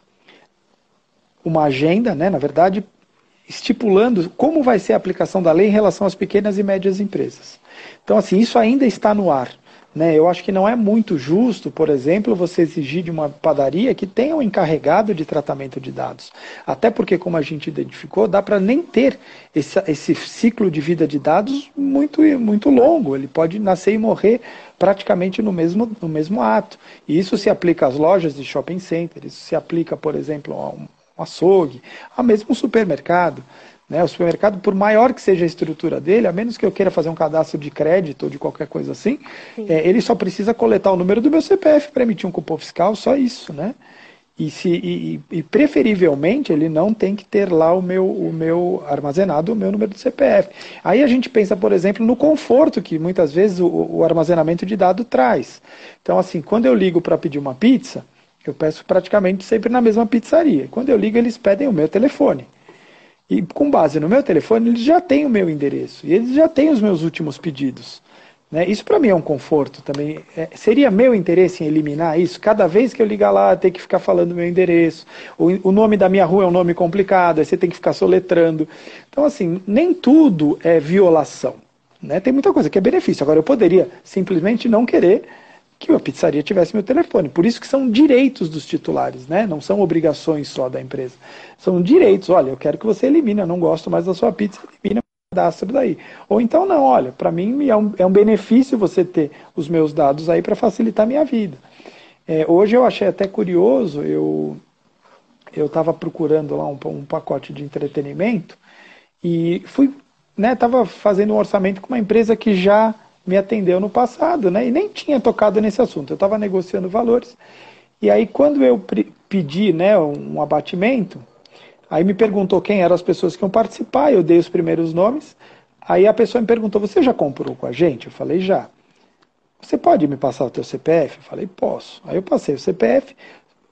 uma agenda, né, na verdade, estipulando como vai ser a aplicação da lei em relação às pequenas e médias empresas. Então, assim, isso ainda está no ar. Né? Eu acho que não é muito justo, por exemplo, você exigir de uma padaria que tenha um encarregado de tratamento de dados. Até porque, como a gente identificou, dá para nem ter esse, esse ciclo de vida de dados muito, muito longo. Ele pode nascer e morrer praticamente no mesmo, no mesmo ato. E isso se aplica às lojas de shopping center, isso se aplica, por exemplo, a um, um açougue, a mesmo um supermercado. Né, o supermercado, por maior que seja a estrutura dele, a menos que eu queira fazer um cadastro de crédito ou de qualquer coisa assim, é, ele só precisa coletar o número do meu C P F para emitir um cupom fiscal, só isso, né? E, se, e, e preferivelmente ele não tem que ter lá o meu, o meu armazenado, o meu número do C P F. Aí a gente pensa, por exemplo, no conforto que muitas vezes o, o armazenamento de dado traz. Então, assim, quando eu ligo para pedir uma pizza, eu peço praticamente sempre na mesma pizzaria. Quando eu ligo, eles pedem o meu telefone. E com base no meu telefone, eles já têm o meu endereço. E eles já têm os meus últimos pedidos. Né? Isso para mim é um conforto também. É, seria meu interesse em eliminar isso? Cada vez que eu ligar lá, ter que ficar falando meu endereço. O, o nome da minha rua é um nome complicado, aí você tem que ficar soletrando. Então, assim, nem tudo é violação. Né? Tem muita coisa que é benefício. Agora, eu poderia simplesmente não querer que a pizzaria tivesse meu telefone. Por isso que são direitos dos titulares, né? Não são obrigações só da empresa. São direitos. Olha, eu quero que você elimine, eu não gosto mais da sua pizza, elimina o cadastro daí. Ou então não, olha, para mim é um, é um benefício você ter os meus dados aí para facilitar a minha vida. É, hoje eu achei até curioso, eu eu estava procurando lá um, um pacote de entretenimento e fui, né, estava fazendo um orçamento com uma empresa que já me atendeu no passado, né, e nem tinha tocado nesse assunto. Eu estava negociando valores, e aí quando eu pedi, né, um abatimento, aí me perguntou quem eram as pessoas que iam participar, eu dei os primeiros nomes, aí a pessoa me perguntou, você já comprou com a gente? Eu falei, já. Você pode me passar o teu C P F? Eu falei, posso. Aí eu passei o C P F,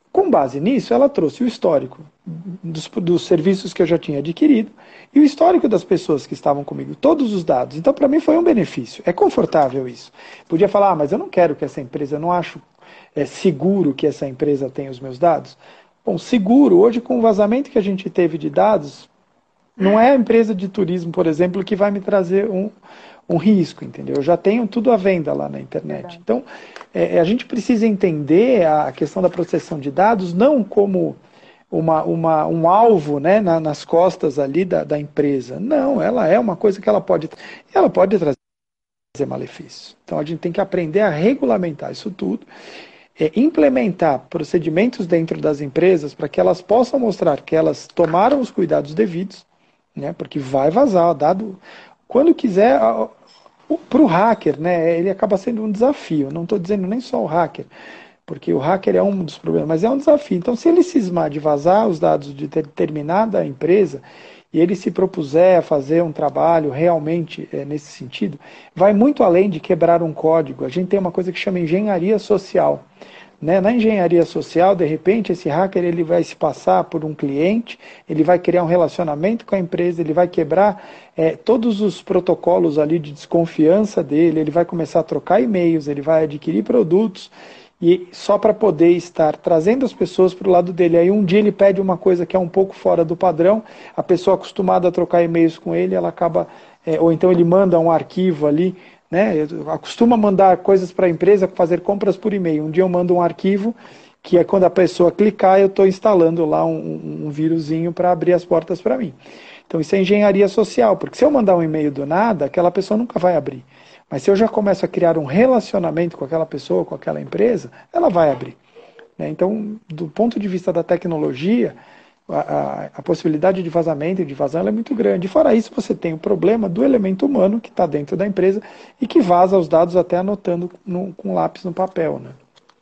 Com base nisso, ela trouxe o histórico dos, dos serviços que eu já tinha adquirido e o histórico das pessoas que estavam comigo, todos os dados. Então, para mim, foi um benefício. É confortável isso. Podia falar, ah, mas eu não quero que essa empresa, eu não acho é, seguro que essa empresa tenha os meus dados. Bom, seguro, hoje com o vazamento que a gente teve de dados, não é a empresa de turismo, por exemplo, que vai me trazer um, um risco, entendeu? Eu já tenho tudo à venda lá na internet. Verdade. Então, é, a gente precisa entender a questão da proteção de dados não como uma, uma, um alvo, né, na, nas costas ali da, da empresa. Não, ela é uma coisa que ela pode, ela pode trazer malefícios. Então, a gente tem que aprender a regulamentar isso tudo, é, implementar procedimentos dentro das empresas para que elas possam mostrar que elas tomaram os cuidados devidos, né, porque vai vazar, dado quando quiser. Para o hacker, né, ele acaba sendo um desafio. Não estou dizendo nem só o hacker, porque o hacker é um dos problemas, mas é um desafio. Então, se ele cismar de vazar os dados de determinada empresa e ele se propuser a fazer um trabalho realmente é, nesse sentido, vai muito além de quebrar um código. A gente tem uma coisa que chama engenharia social. Né? Na engenharia social, de repente, esse hacker ele vai se passar por um cliente, ele vai criar um relacionamento com a empresa, ele vai quebrar é, todos os protocolos ali de desconfiança dele, ele vai começar a trocar e-mails, ele vai adquirir produtos, e só para poder estar trazendo as pessoas para o lado dele. Aí um dia ele pede uma coisa que é um pouco fora do padrão, a pessoa acostumada a trocar e-mails com ele, ela acaba, é, ou então ele manda um arquivo ali, né? Eu acostuma mandar coisas para a empresa, fazer compras por e-mail. Um dia eu mando um arquivo, que é quando a pessoa clicar, eu estou instalando lá um, um vírusinho para abrir as portas para mim. Então isso é engenharia social, porque se eu mandar um e-mail do nada, aquela pessoa nunca vai abrir. Mas se eu já começo a criar um relacionamento com aquela pessoa, com aquela empresa, ela vai abrir. Né? Então, do ponto de vista da tecnologia, A, a, a possibilidade de vazamento e de vazão ela é muito grande. E fora isso, você tem o problema do elemento humano que está dentro da empresa e que vaza os dados até anotando no, com lápis no papel. Né?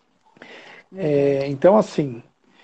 É, então, assim,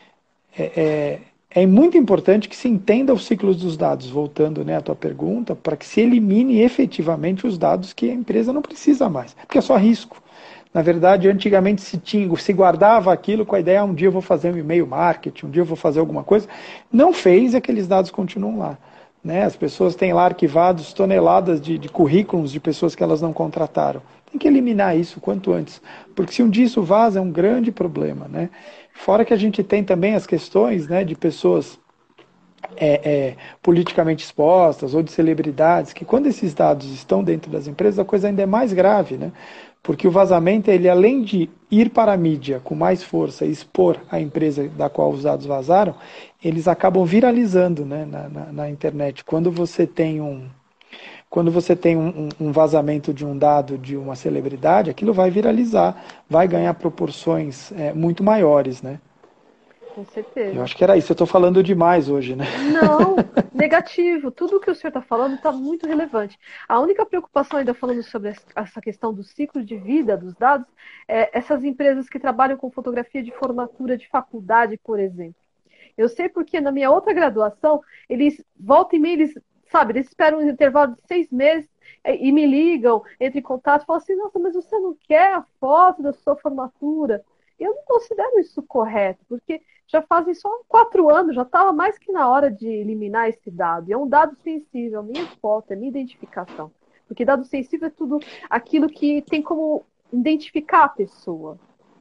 é, é, é muito importante que se entenda os ciclos dos dados, voltando, né, à tua pergunta, para que se elimine efetivamente os dados que a empresa não precisa mais, porque é só risco. Na verdade, antigamente se, tinha, se guardava aquilo com a ideia, ah, um dia eu vou fazer um e-mail marketing, um dia eu vou fazer alguma coisa. Não fez e aqueles dados continuam lá. Né? As pessoas têm lá arquivados toneladas de, de currículos de pessoas que elas não contrataram. Tem que eliminar isso quanto antes, porque se um dia isso vaza é um grande problema. Né? Fora que a gente tem também as questões, né, de pessoas é, é, politicamente expostas ou de celebridades, que quando esses dados estão dentro das empresas, a coisa ainda é mais grave, né? Porque o vazamento, ele além de ir para a mídia com mais força e expor a empresa da qual os dados vazaram, eles acabam viralizando, né, na, na, na internet. Quando você tem um, quando você tem um, um vazamento de um dado de uma celebridade, aquilo vai viralizar, vai ganhar proporções é, muito maiores, né? Com certeza. Eu acho que era isso. Eu estou falando demais hoje, né? Não, negativo. Tudo que o senhor está falando está muito relevante. A única preocupação, ainda falando sobre essa questão do ciclo de vida dos dados, é essas empresas que trabalham com fotografia de formatura de faculdade, por exemplo. Eu sei porque na minha outra graduação, eles voltam e meia, eles, sabe, eles esperam um intervalo de seis meses e me ligam, entram em contato e falam assim, nossa, mas você não quer a foto da sua formatura? Eu não considero isso correto, porque já fazem só quatro anos, já estava mais que na hora de eliminar esse dado. E é um dado sensível, a minha foto, a minha identificação. Porque dado sensível é tudo aquilo que tem como identificar a pessoa.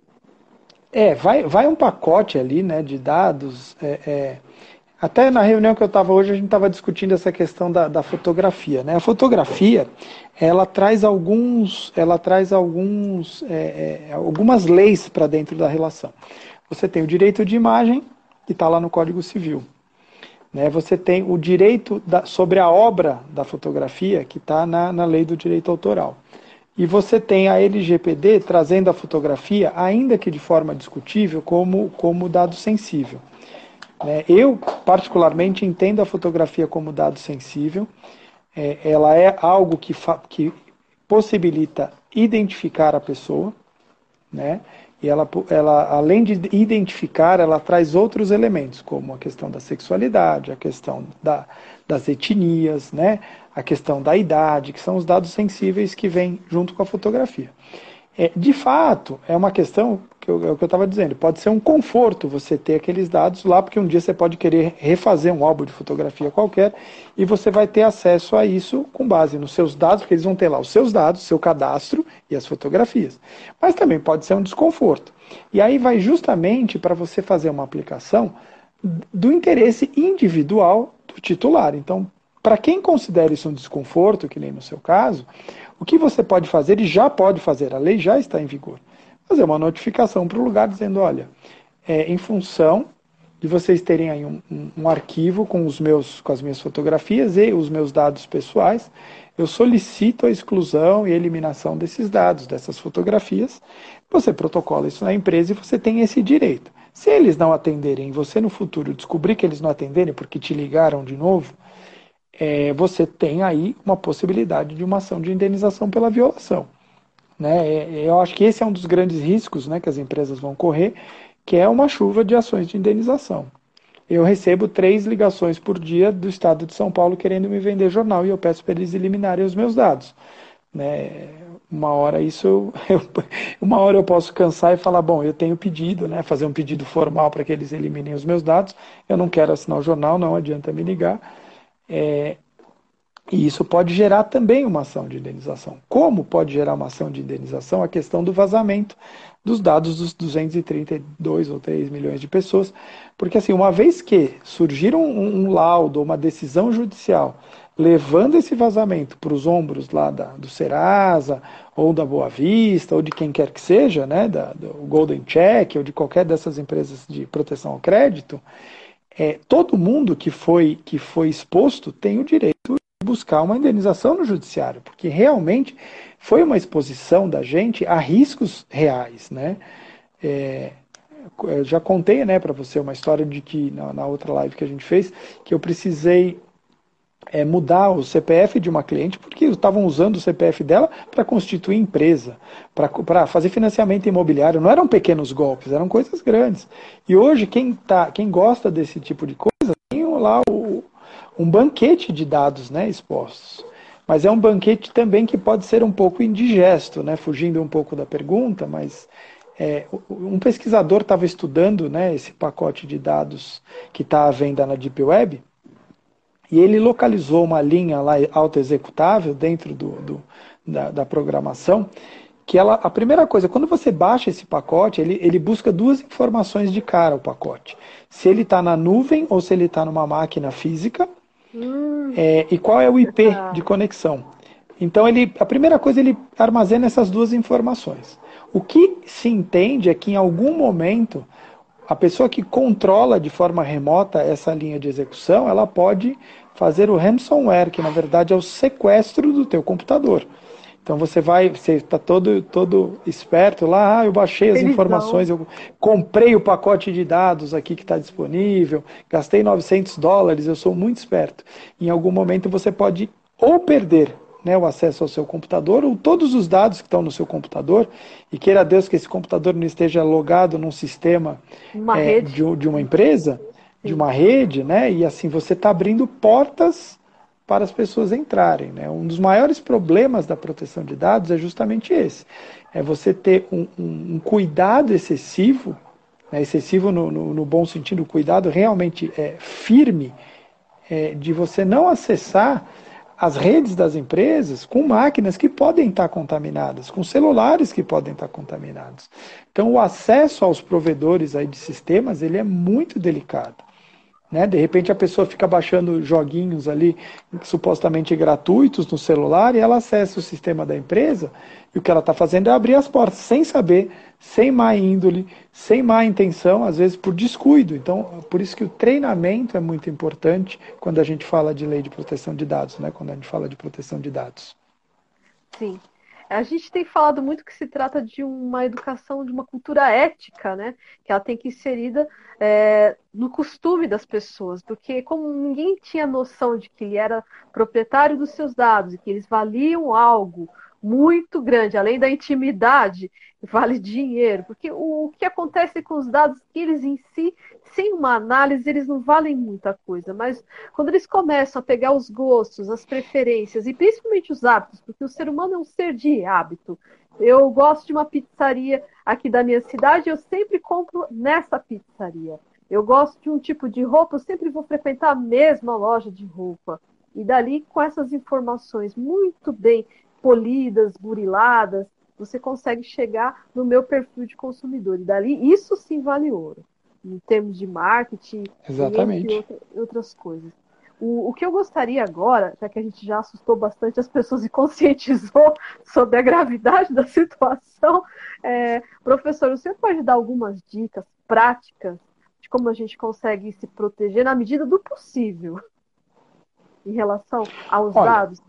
É, vai, vai um pacote ali, né, de dados. É, é, até na reunião que eu estava hoje, a gente estava discutindo essa questão da, da fotografia. Né? A fotografia, ela traz alguns, ela traz alguns, é, é, algumas leis para dentro da relação. Você tem o direito de imagem, que está lá no Código Civil. Né? Você tem o direito da, sobre a obra da fotografia, que está na, na lei do direito autoral. E você tem a L G P D trazendo a fotografia, ainda que de forma discutível, como, como dado sensível. Né? Eu, particularmente, entendo a fotografia como dado sensível. É, ela é algo que, que possibilita identificar a pessoa, né? E ela, ela, além de identificar, ela traz outros elementos, como a questão da sexualidade, a questão da, das etnias, né? A questão da idade, que são os dados sensíveis que vêm junto com a fotografia. É, de fato, é uma questão que eu, é o que eu estava dizendo. Pode ser um conforto você ter aqueles dados lá, porque um dia você pode querer refazer um álbum de fotografia qualquer e você vai ter acesso a isso com base nos seus dados, porque eles vão ter lá os seus dados, seu cadastro e as fotografias. Mas também pode ser um desconforto. E aí vai justamente para você fazer uma aplicação do interesse individual do titular. Então, para quem considera isso um desconforto, que nem no seu caso, o que você pode fazer, e já pode fazer, a lei já está em vigor, fazer uma notificação para o lugar dizendo, olha, é, em função de vocês terem aí um, um, um arquivo com, os meus, com as minhas fotografias e os meus dados pessoais, eu solicito a exclusão e eliminação desses dados, dessas fotografias. Você protocola isso na empresa e você tem esse direito. Se eles não atenderem e você no futuro descobrir que eles não atenderem porque te ligaram de novo, é, você tem aí uma possibilidade de uma ação de indenização pela violação. Né? É, eu acho que esse é um dos grandes riscos, né, que as empresas vão correr, que é uma chuva de ações de indenização. Eu recebo três ligações por dia do estado de São Paulo querendo me vender jornal e eu peço para eles eliminarem os meus dados. Né? Uma hora isso, eu, uma hora eu posso cansar e falar, bom, eu tenho pedido, né, fazer um pedido formal para que eles eliminem os meus dados, eu não quero assinar o jornal, não adianta me ligar. É, e isso pode gerar também uma ação de indenização. Como pode gerar uma ação de indenização? A questão do vazamento dos dados dos duzentos e trinta e dois ou três milhões de pessoas. Porque, assim, uma vez que surgir um, um laudo, uma decisão judicial, levando esse vazamento para os ombros lá da, do Serasa, ou da Boa Vista, ou de quem quer que seja, né, da, do Golden Check, ou de qualquer dessas empresas de proteção ao crédito, é, todo mundo que foi, que foi exposto tem o direito de buscar uma indenização no judiciário, porque realmente foi uma exposição da gente a riscos reais, né? É, eu já contei, né, para você uma história de que na, na outra live que a gente fez, que eu precisei é, mudar o C P F de uma cliente porque estavam usando o C P F dela para constituir empresa, para fazer financiamento imobiliário. Não eram pequenos golpes, eram coisas grandes. E hoje quem, tá, quem gosta desse tipo de coisa tem lá o, um banquete de dados, né, expostos. Mas é um banquete também que pode ser um pouco indigesto, né, fugindo um pouco da pergunta, mas é, um pesquisador estava estudando, né, esse pacote de dados que está à venda na Deep Web, e ele localizou uma linha lá autoexecutável dentro do, do, da, da programação, que ela, a primeira coisa, quando você baixa esse pacote, ele, ele busca duas informações de cara, o pacote. Se ele está na nuvem ou se ele está numa máquina física, hum, é, e qual é o I P de conexão. Então, ele, a primeira coisa, ele armazena essas duas informações. O que se entende é que, em algum momento, a pessoa que controla de forma remota essa linha de execução, ela pode fazer o ransomware, que na verdade é o sequestro do teu computador. Então você vai, você está todo, todo esperto lá, ah, eu baixei as Felizão. informações, eu comprei o pacote de dados aqui que está disponível, gastei novecentos dólares, eu sou muito esperto. Em algum momento você pode ou perder, né, o acesso ao seu computador, ou todos os dados que estão no seu computador, e queira Deus que esse computador não esteja logado num sistema é, de, de uma empresa, Sim. de uma rede, né, e assim você está abrindo portas para as pessoas entrarem. Né? Um dos maiores problemas da proteção de dados é justamente esse, é você ter um, um, um cuidado excessivo, né, excessivo no, no, no bom sentido, cuidado realmente é, firme, é, de você não acessar as redes das empresas com máquinas que podem estar contaminadas, com celulares que podem estar contaminados. Então, o acesso aos provedores aí de sistemas, ele é muito delicado. Né? De repente, a pessoa fica baixando joguinhos ali, supostamente gratuitos no celular, e ela acessa o sistema da empresa, e o que ela está fazendo é abrir as portas, sem saber, sem má índole, sem má intenção, às vezes por descuido. Então, por isso que o treinamento é muito importante quando a gente fala de lei de proteção de dados, né? Quando a gente fala de proteção de dados. Sim. A gente tem falado muito que se trata de uma educação, de uma cultura ética, né? Que ela tem que ser inserida é, no costume das pessoas, porque como ninguém tinha noção de que ele era proprietário dos seus dados e que eles valiam algo muito grande, além da intimidade, vale dinheiro, porque o, o que acontece com os dados, que eles em si, sem uma análise, eles não valem muita coisa, mas quando eles começam a pegar os gostos, as preferências, e principalmente os hábitos, porque o ser humano é um ser de hábito. Eu gosto de uma pizzaria aqui da minha cidade, eu sempre compro nessa pizzaria. Eu gosto de um tipo de roupa, eu sempre vou frequentar a mesma loja de roupa. E dali, com essas informações muito bem polidas, buriladas, você consegue chegar no meu perfil de consumidor. E dali, isso sim vale ouro, em termos de marketing e entre Exatamente. outra, outras coisas. O, o que eu gostaria agora, já que a gente já assustou bastante as pessoas e conscientizou sobre a gravidade da situação, é, professor, você pode dar algumas dicas práticas de como a gente consegue se proteger na medida do possível em relação aos Olha, dados?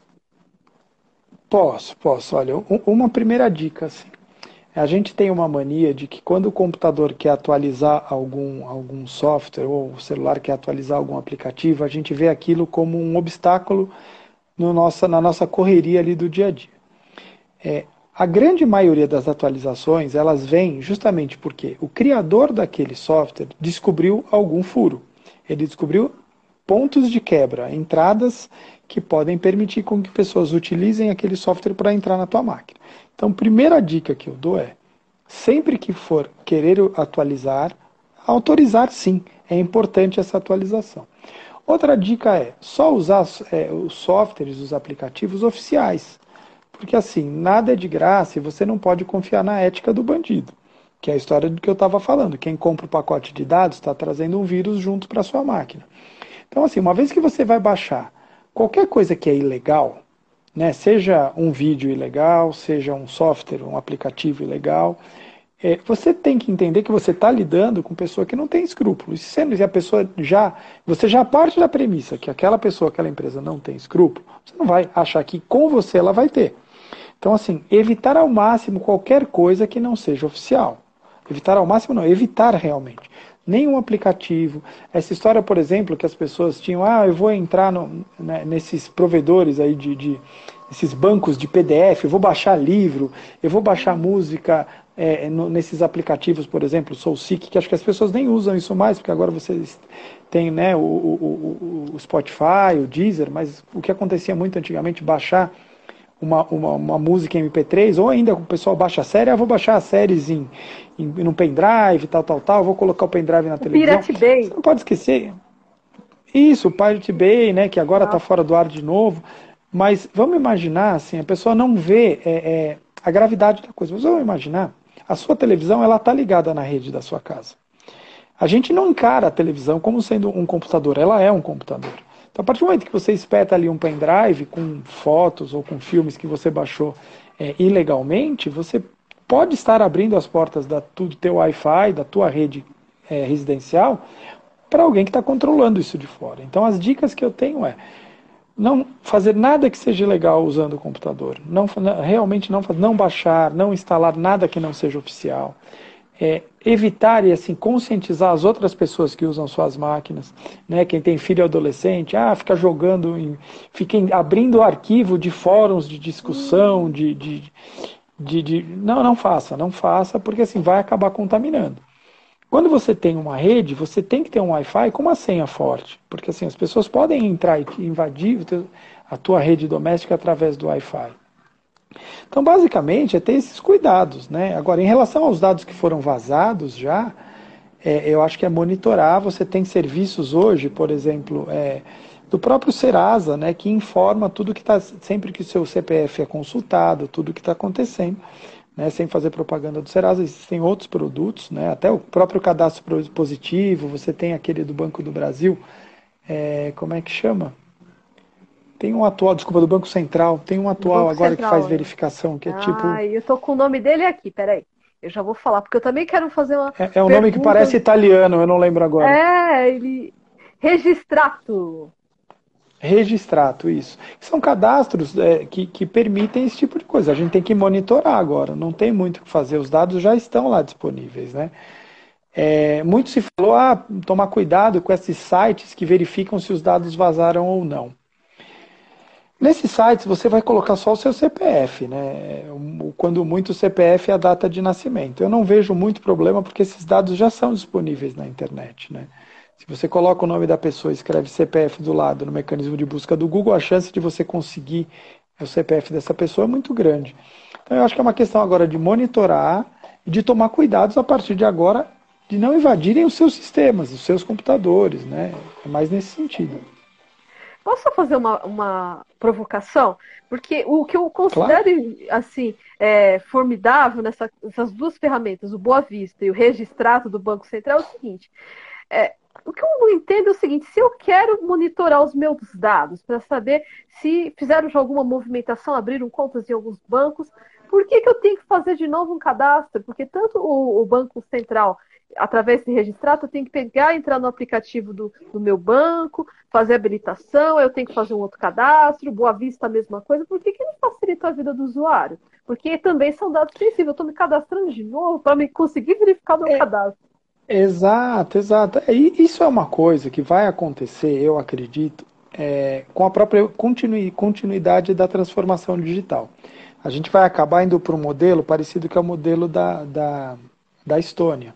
posso, posso. Olha, um- uma primeira dica, assim. A gente tem uma mania de que quando o computador quer atualizar algum, algum software ou o celular quer atualizar algum aplicativo, a gente vê aquilo como um obstáculo no nossa, na nossa correria ali do dia a dia. É, a grande maioria das atualizações, elas vêm justamente porque o criador daquele software descobriu algum furo. Ele descobriu pontos de quebra, entradas que podem permitir com que pessoas utilizem aquele software para entrar na tua máquina. Então, primeira dica que eu dou é, sempre que for querer atualizar, autorizar sim, é importante essa atualização. Outra dica é só usar é, os softwares, os aplicativos oficiais. Porque assim, nada é de graça e você não pode confiar na ética do bandido. Que é a história do que eu estava falando. Quem compra o pacote de dados está trazendo um vírus junto para sua máquina. Então, assim, uma vez que você vai baixar qualquer coisa que é ilegal, né, seja um vídeo ilegal, seja um software, um aplicativo ilegal, é, você tem que entender que você está lidando com pessoa que não tem escrúpulos. Sendo que a pessoa já, você já parte da premissa que aquela pessoa, aquela empresa não tem escrúpulo, você não vai achar que com você ela vai ter. Então, assim, evitar ao máximo qualquer coisa que não seja oficial. Evitar ao máximo não, evitar realmente. Nenhum aplicativo. Essa história, por exemplo, que as pessoas tinham, ah, eu vou entrar no, né, nesses provedores aí de, de esses bancos de P D F, eu vou baixar livro, eu vou baixar música é, no, nesses aplicativos, por exemplo, SoulSeek, que acho que as pessoas nem usam isso mais, porque agora vocês têm né, o, o, o, o Spotify, o Deezer, mas o que acontecia muito antigamente, baixar uma, uma, uma música em M P três, ou ainda o pessoal baixa a série, ah, vou baixar as séries em, em, no pendrive, tal, tal, tal, vou colocar o pendrive na O televisão. Pirate Você Bay. não pode esquecer isso, o Pirate Bay, né, que agora está Tá? fora do ar de novo, mas vamos imaginar, assim, a pessoa não vê é, é, a gravidade da coisa, mas vamos imaginar, a sua televisão, ela está ligada na rede da sua casa. A gente não encara a televisão como sendo um computador, ela é um computador. Então, a partir do momento que você espeta ali um pendrive com fotos ou com filmes que você baixou é, ilegalmente, você pode estar abrindo as portas da, do teu Wi-Fi, da tua rede é, residencial, para alguém que está controlando isso de fora. Então, as dicas que eu tenho é não fazer nada que seja legal usando o computador, não, realmente não, não baixar, não instalar nada que não seja oficial. É, evitar e assim conscientizar as outras pessoas que usam suas máquinas, né? Quem tem filho adolescente, ah, fica jogando, em, fica em, abrindo arquivo de fóruns de discussão, de, de, de, de, não, não faça, não faça, porque assim vai acabar contaminando. Quando você tem uma rede, você tem que ter um Wi-Fi com uma senha forte, porque assim as pessoas podem entrar e invadir a tua rede doméstica através do Wi-Fi. Então, basicamente, é ter esses cuidados, né? Agora, em relação aos dados que foram vazados já, é, eu acho que é monitorar. Você tem serviços hoje, por exemplo, é, do próprio Serasa, né, que informa tudo que está, sempre que o seu C P F é consultado, tudo que está acontecendo, né, sem fazer propaganda do Serasa. Existem outros produtos, né, até o próprio cadastro positivo, você tem aquele do Banco do Brasil, é, como é que chama? Tem um atual, desculpa, do Banco Central, tem um Do atual Banco agora que faz Central, né? verificação, que é tipo. Ah, eu tô com o nome dele aqui, peraí. Eu já vou falar, porque eu também quero fazer uma É, é um nome que pergunta. parece italiano, eu não lembro agora. É, ele. Registrato. Registrato, isso. São cadastros é, que, que permitem esse tipo de coisa. A gente tem que monitorar agora, não tem muito o que fazer, os dados já estão lá disponíveis, né? É, muito se falou, ah, tomar cuidado com esses sites que verificam se os dados vazaram ou não. Nesses sites você vai colocar só o seu C P F, né? Quando muito o C P F é a data de nascimento. Eu não vejo muito problema porque esses dados já são disponíveis na internet, né? Se você coloca o nome da pessoa e escreve C P F do lado no mecanismo de busca do Google, a chance de você conseguir o C P F dessa pessoa é muito grande. Então eu acho que é uma questão agora de monitorar e de tomar cuidados a partir de agora de não invadirem os seus sistemas, os seus computadores, né? É mais nesse sentido. Posso só fazer uma, uma provocação? Porque o que eu Claro. considero assim, é, formidável nessa- nessas duas ferramentas, o Boa Vista e o Registrato do Banco Central, é o seguinte: é, o que eu não entendo é o seguinte, se eu quero monitorar os meus dados para saber se fizeram já alguma movimentação, abriram contas em alguns bancos, por que, que eu tenho que fazer de novo um cadastro? Porque tanto o, o Banco Central, através de registrado, eu tenho que pegar, entrar no aplicativo do, do meu banco, fazer habilitação, eu tenho que fazer um outro cadastro, Boa Vista a mesma coisa, por que, que não facilita a vida do usuário? Porque também são dados sensíveis, eu estou me cadastrando de novo para me conseguir verificar o meu É, cadastro. exato, exato. E isso é uma coisa que vai acontecer, eu acredito, é, com a própria continui- continuidade da transformação digital. A gente vai acabar indo para um modelo parecido que é o modelo da, da, da Estônia.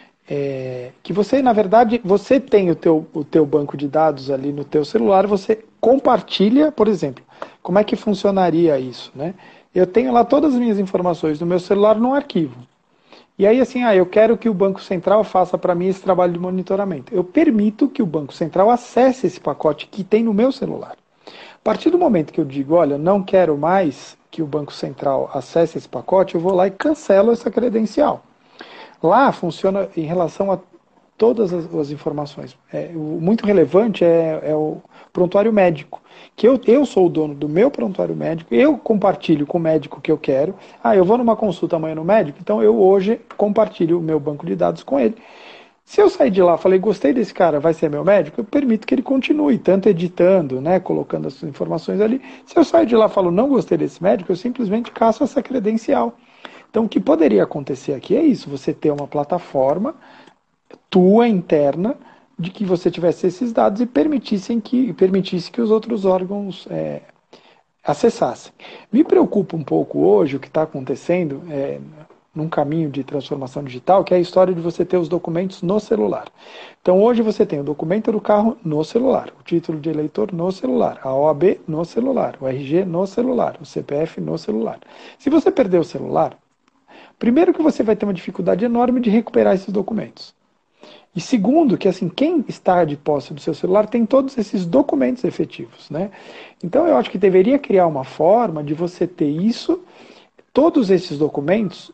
É, que você, na verdade, você tem o teu, o teu banco de dados ali no teu celular, você compartilha, por exemplo, como é que funcionaria isso, né? Eu tenho lá todas as minhas informações no meu celular num arquivo. E aí, assim, ah, eu quero que o Banco Central faça para mim esse trabalho de monitoramento. Eu permito que o Banco Central acesse esse pacote que tem no meu celular. A partir do momento que eu digo, olha, não quero mais que o Banco Central acesse esse pacote, eu vou lá e cancelo essa credencial. Lá funciona em relação a todas as, as informações. É, o muito relevante é, é o prontuário médico. Que eu, eu sou o dono do meu prontuário médico, eu compartilho com o médico que eu quero. Ah, eu vou numa consulta amanhã no médico, então eu hoje compartilho o meu banco de dados com ele. Se eu sair de lá e falei, gostei desse cara, vai ser meu médico, eu permito que ele continue, tanto editando, né, colocando as informações ali. Se eu sair de lá e falo, não gostei desse médico, eu simplesmente caço essa credencial. Então, o que poderia acontecer aqui é isso: você ter uma plataforma tua interna de que você tivesse esses dados e permitissem que, permitisse que os outros órgãos é, acessassem. Me preocupa um pouco hoje o que está acontecendo é, num caminho de transformação digital, que é a história de você ter os documentos no celular. Então hoje você tem o documento do carro no celular, o título de eleitor no celular, a O A B no celular, o R G no celular, o C P F no celular. Se você perder o celular, primeiro que você vai ter uma dificuldade enorme de recuperar esses documentos. E segundo, que assim, quem está de posse do seu celular tem todos esses documentos efetivos, né? Então eu acho que deveria criar uma forma de você ter isso, todos esses documentos,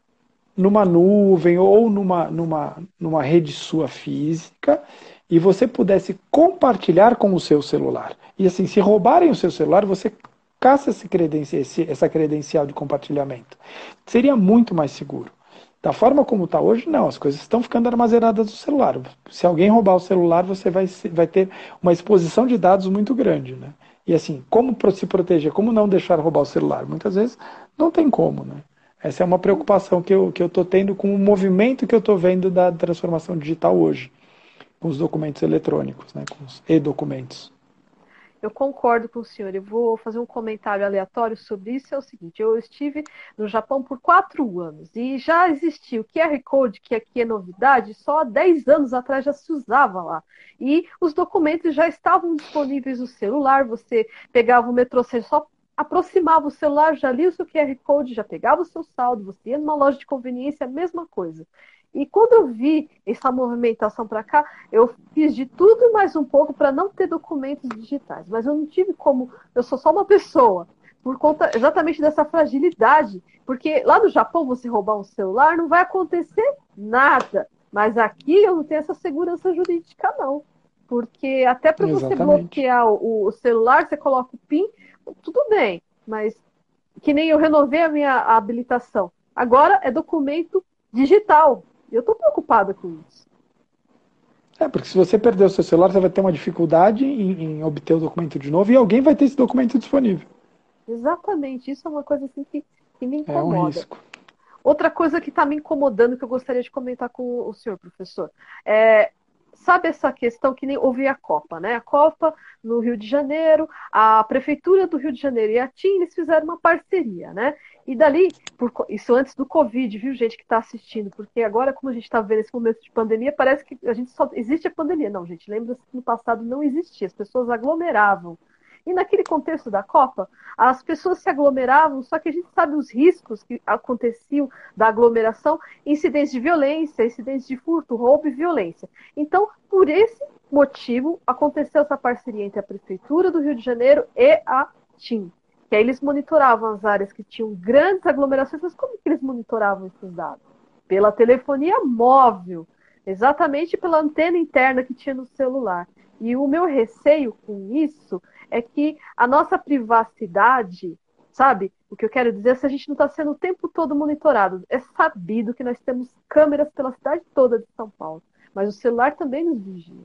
numa nuvem ou numa, numa, numa rede sua física, e você pudesse compartilhar com o seu celular. E assim, se roubarem o seu celular, você caça esse credencial, esse, essa credencial de compartilhamento. Seria muito mais seguro. Da forma como está hoje, não, as coisas estão ficando armazenadas no celular. Se alguém roubar o celular, você vai, vai ter uma exposição de dados muito grande, né? E assim, como se proteger, como não deixar roubar o celular? Muitas vezes não tem como, né? Essa é uma preocupação que eu que eu estou tendo com o movimento que eu estou vendo da transformação digital hoje, com os documentos eletrônicos, né? Com os e-documentos. Eu concordo com o senhor. Eu vou fazer um comentário aleatório sobre isso. É o seguinte: eu estive no Japão por quatro anos e já existia o Q R Code, que aqui é novidade, só há dez anos atrás já se usava lá. E os documentos já estavam disponíveis no celular. Você pegava o metrô, você só aproximava o celular, já lia o seu Q R Code, já pegava o seu saldo, você ia numa loja de conveniência, a mesma coisa. E quando eu vi essa movimentação para cá, eu fiz de tudo e mais um pouco para não ter documentos digitais. Mas eu não tive como, eu sou só uma pessoa, por conta exatamente dessa fragilidade. Porque lá no Japão, você roubar um celular, não vai acontecer nada. Mas aqui eu não tenho essa segurança jurídica, não. Porque até para você Exatamente. bloquear o, o celular, você coloca o PIN, tudo bem. Mas que nem eu renovei a minha habilitação. Agora é documento digital. Eu estou preocupada com isso. É, porque se você perder o seu celular, você vai ter uma dificuldade em, em obter o documento de novo e alguém vai ter esse documento disponível. Exatamente. Isso é uma coisa assim que, que me É um incomoda. risco. Outra coisa que está me incomodando, que eu gostaria de comentar com o senhor, professor, é, sabe essa questão que nem houve a Copa, né? A Copa no Rio de Janeiro, a Prefeitura do Rio de Janeiro e a TIM, eles fizeram uma parceria, né? E dali, por, isso antes do Covid, viu, gente que está assistindo? Porque agora, como a gente está vendo esse momento de pandemia, parece que a gente só existe a pandemia. Não, gente, lembra-se que no passado não existia, as pessoas aglomeravam. E naquele contexto da Copa, as pessoas se aglomeravam, só que a gente sabe os riscos que aconteciam da aglomeração, incidentes de violência, incidentes de furto, roubo e violência. Então, por esse motivo, aconteceu essa parceria entre a Prefeitura do Rio de Janeiro e a TIM. Que aí eles monitoravam as áreas que tinham grandes aglomerações, mas como que eles monitoravam esses dados? Pela telefonia móvel, exatamente pela antena interna que tinha no celular. E o meu receio com isso é que a nossa privacidade, sabe? O que eu quero dizer é que a gente não está sendo o tempo todo monitorado. É sabido que nós temos câmeras pela cidade toda de São Paulo, mas o celular também nos vigia.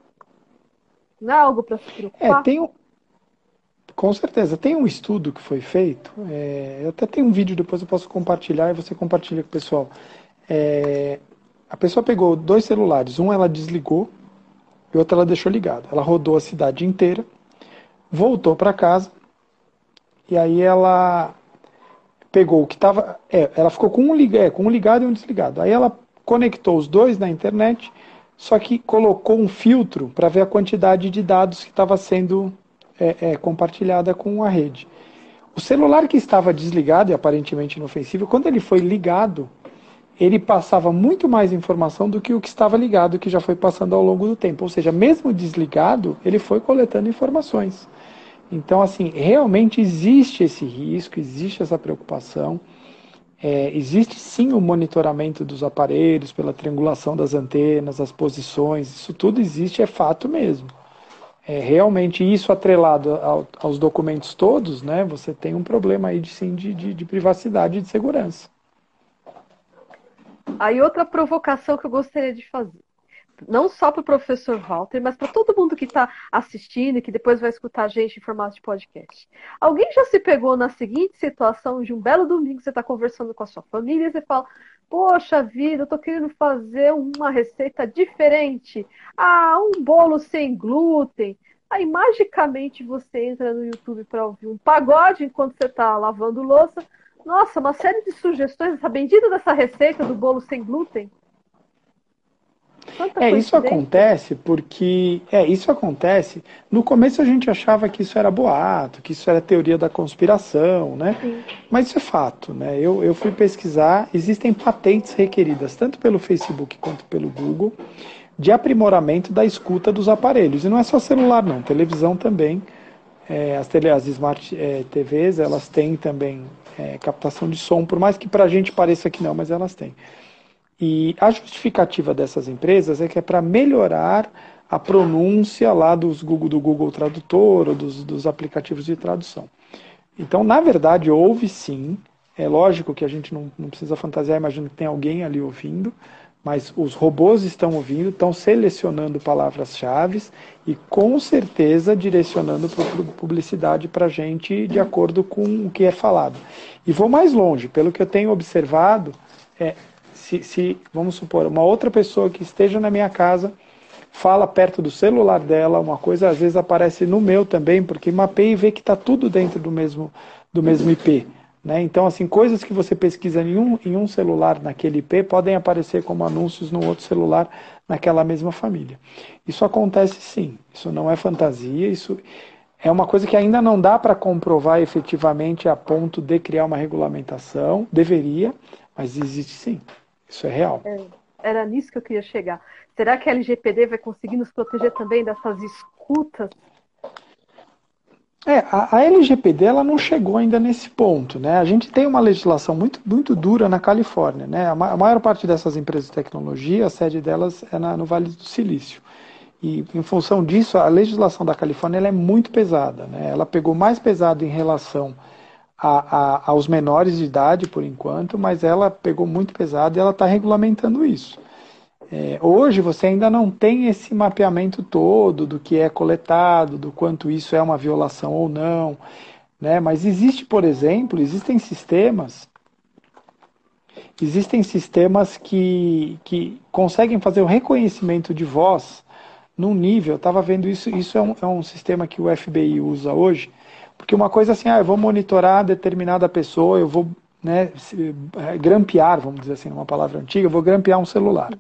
Não é algo para se preocupar? É, tem um, com certeza. Tem um estudo que foi feito, é, eu até tenho um vídeo, depois eu posso compartilhar e você compartilha com o pessoal. É, a pessoa pegou dois celulares, um ela desligou e outro ela deixou ligado. Ela rodou a cidade inteira, voltou para casa e aí ela pegou o que estava... É, ela ficou com um, ligado, é, com um ligado e um desligado. Aí ela conectou os dois na internet, só que colocou um filtro para ver a quantidade de dados que estava sendo é, é, compartilhada com a rede. O celular que estava desligado e aparentemente inofensivo, quando ele foi ligado, ele passava muito mais informação do que o que estava ligado, que já foi passando ao longo do tempo. Ou seja, mesmo desligado, ele foi coletando informações. Então, assim, realmente existe esse risco, existe essa preocupação. É, existe sim o monitoramento dos aparelhos pela triangulação das antenas, as posições, isso tudo existe, é fato mesmo. É, realmente isso atrelado ao, aos documentos todos, né, você tem um problema aí de, sim, de, de, de privacidade e de segurança. Aí outra provocação que eu gostaria de fazer, não só para o professor Walter, mas para todo mundo que está assistindo e que depois vai escutar a gente em formato de podcast. Alguém já se pegou na seguinte situação de um belo domingo, você está conversando com a sua família e você fala, poxa vida, eu estou querendo fazer uma receita diferente. Ah, um bolo sem glúten. Aí, magicamente, você entra no YouTube para ouvir um pagode enquanto você está lavando louça. Nossa, uma série de sugestões, essa bendita dessa receita do bolo sem glúten. É, isso acontece porque... É, isso acontece... No começo a gente achava que isso era boato, que isso era teoria da conspiração, né? Sim. Mas isso é fato, né? Eu, eu fui pesquisar, existem patentes requeridas, tanto pelo Facebook quanto pelo Google, de aprimoramento da escuta dos aparelhos. E não é só celular, não. Televisão também. É, as, tele, as Smart é, T Vs, elas têm também é, captação de som, por mais que pra gente pareça que não, mas elas têm. E a justificativa dessas empresas é que é para melhorar a pronúncia lá dos Google, do Google Tradutor ou dos, dos aplicativos de tradução. Então, na verdade, houve sim. É lógico que a gente não, não precisa fantasiar, imagino que tem alguém ali ouvindo, mas os robôs estão ouvindo, estão selecionando palavras-chave e com certeza direcionando publicidade para a gente de acordo com o que é falado. E vou mais longe, pelo que eu tenho observado, é, Se, se, vamos supor, uma outra pessoa que esteja na minha casa fala perto do celular dela, uma coisa às vezes aparece no meu também, porque mapeia e vê que está tudo dentro do mesmo, do mesmo I P. Né? Então, assim, coisas que você pesquisa em um, em um celular naquele I P podem aparecer como anúncios no outro celular naquela mesma família. Isso acontece sim, isso não é fantasia, isso é uma coisa que ainda não dá para comprovar efetivamente a ponto de criar uma regulamentação, deveria, mas existe sim. Isso é real. É, era nisso que eu queria chegar. Será que a L G P D vai conseguir nos proteger também dessas escutas? É, a, a L G P D ela não chegou ainda nesse ponto, né? A gente tem uma legislação muito, muito dura na Califórnia, né? A, ma a maior parte dessas empresas de tecnologia, a sede delas é na, no Vale do Silício. E em função disso, a legislação da Califórnia ela é muito pesada, né? Ela pegou mais pesado em relação A, a, aos menores de idade, por enquanto, mas ela pegou muito pesado e ela está regulamentando isso. É, hoje você ainda não tem esse mapeamento todo do que é coletado, do quanto isso é uma violação ou não, né? Mas existe, por exemplo, existem sistemas existem sistemas que, que conseguem fazer o reconhecimento de voz num nível, eu estava vendo isso, isso é um, é um sistema que o F B I usa hoje, porque uma coisa assim, ah, eu vou monitorar determinada pessoa, eu vou, né, se- eh, grampear, vamos dizer assim, uma palavra antiga, eu vou grampear um celular.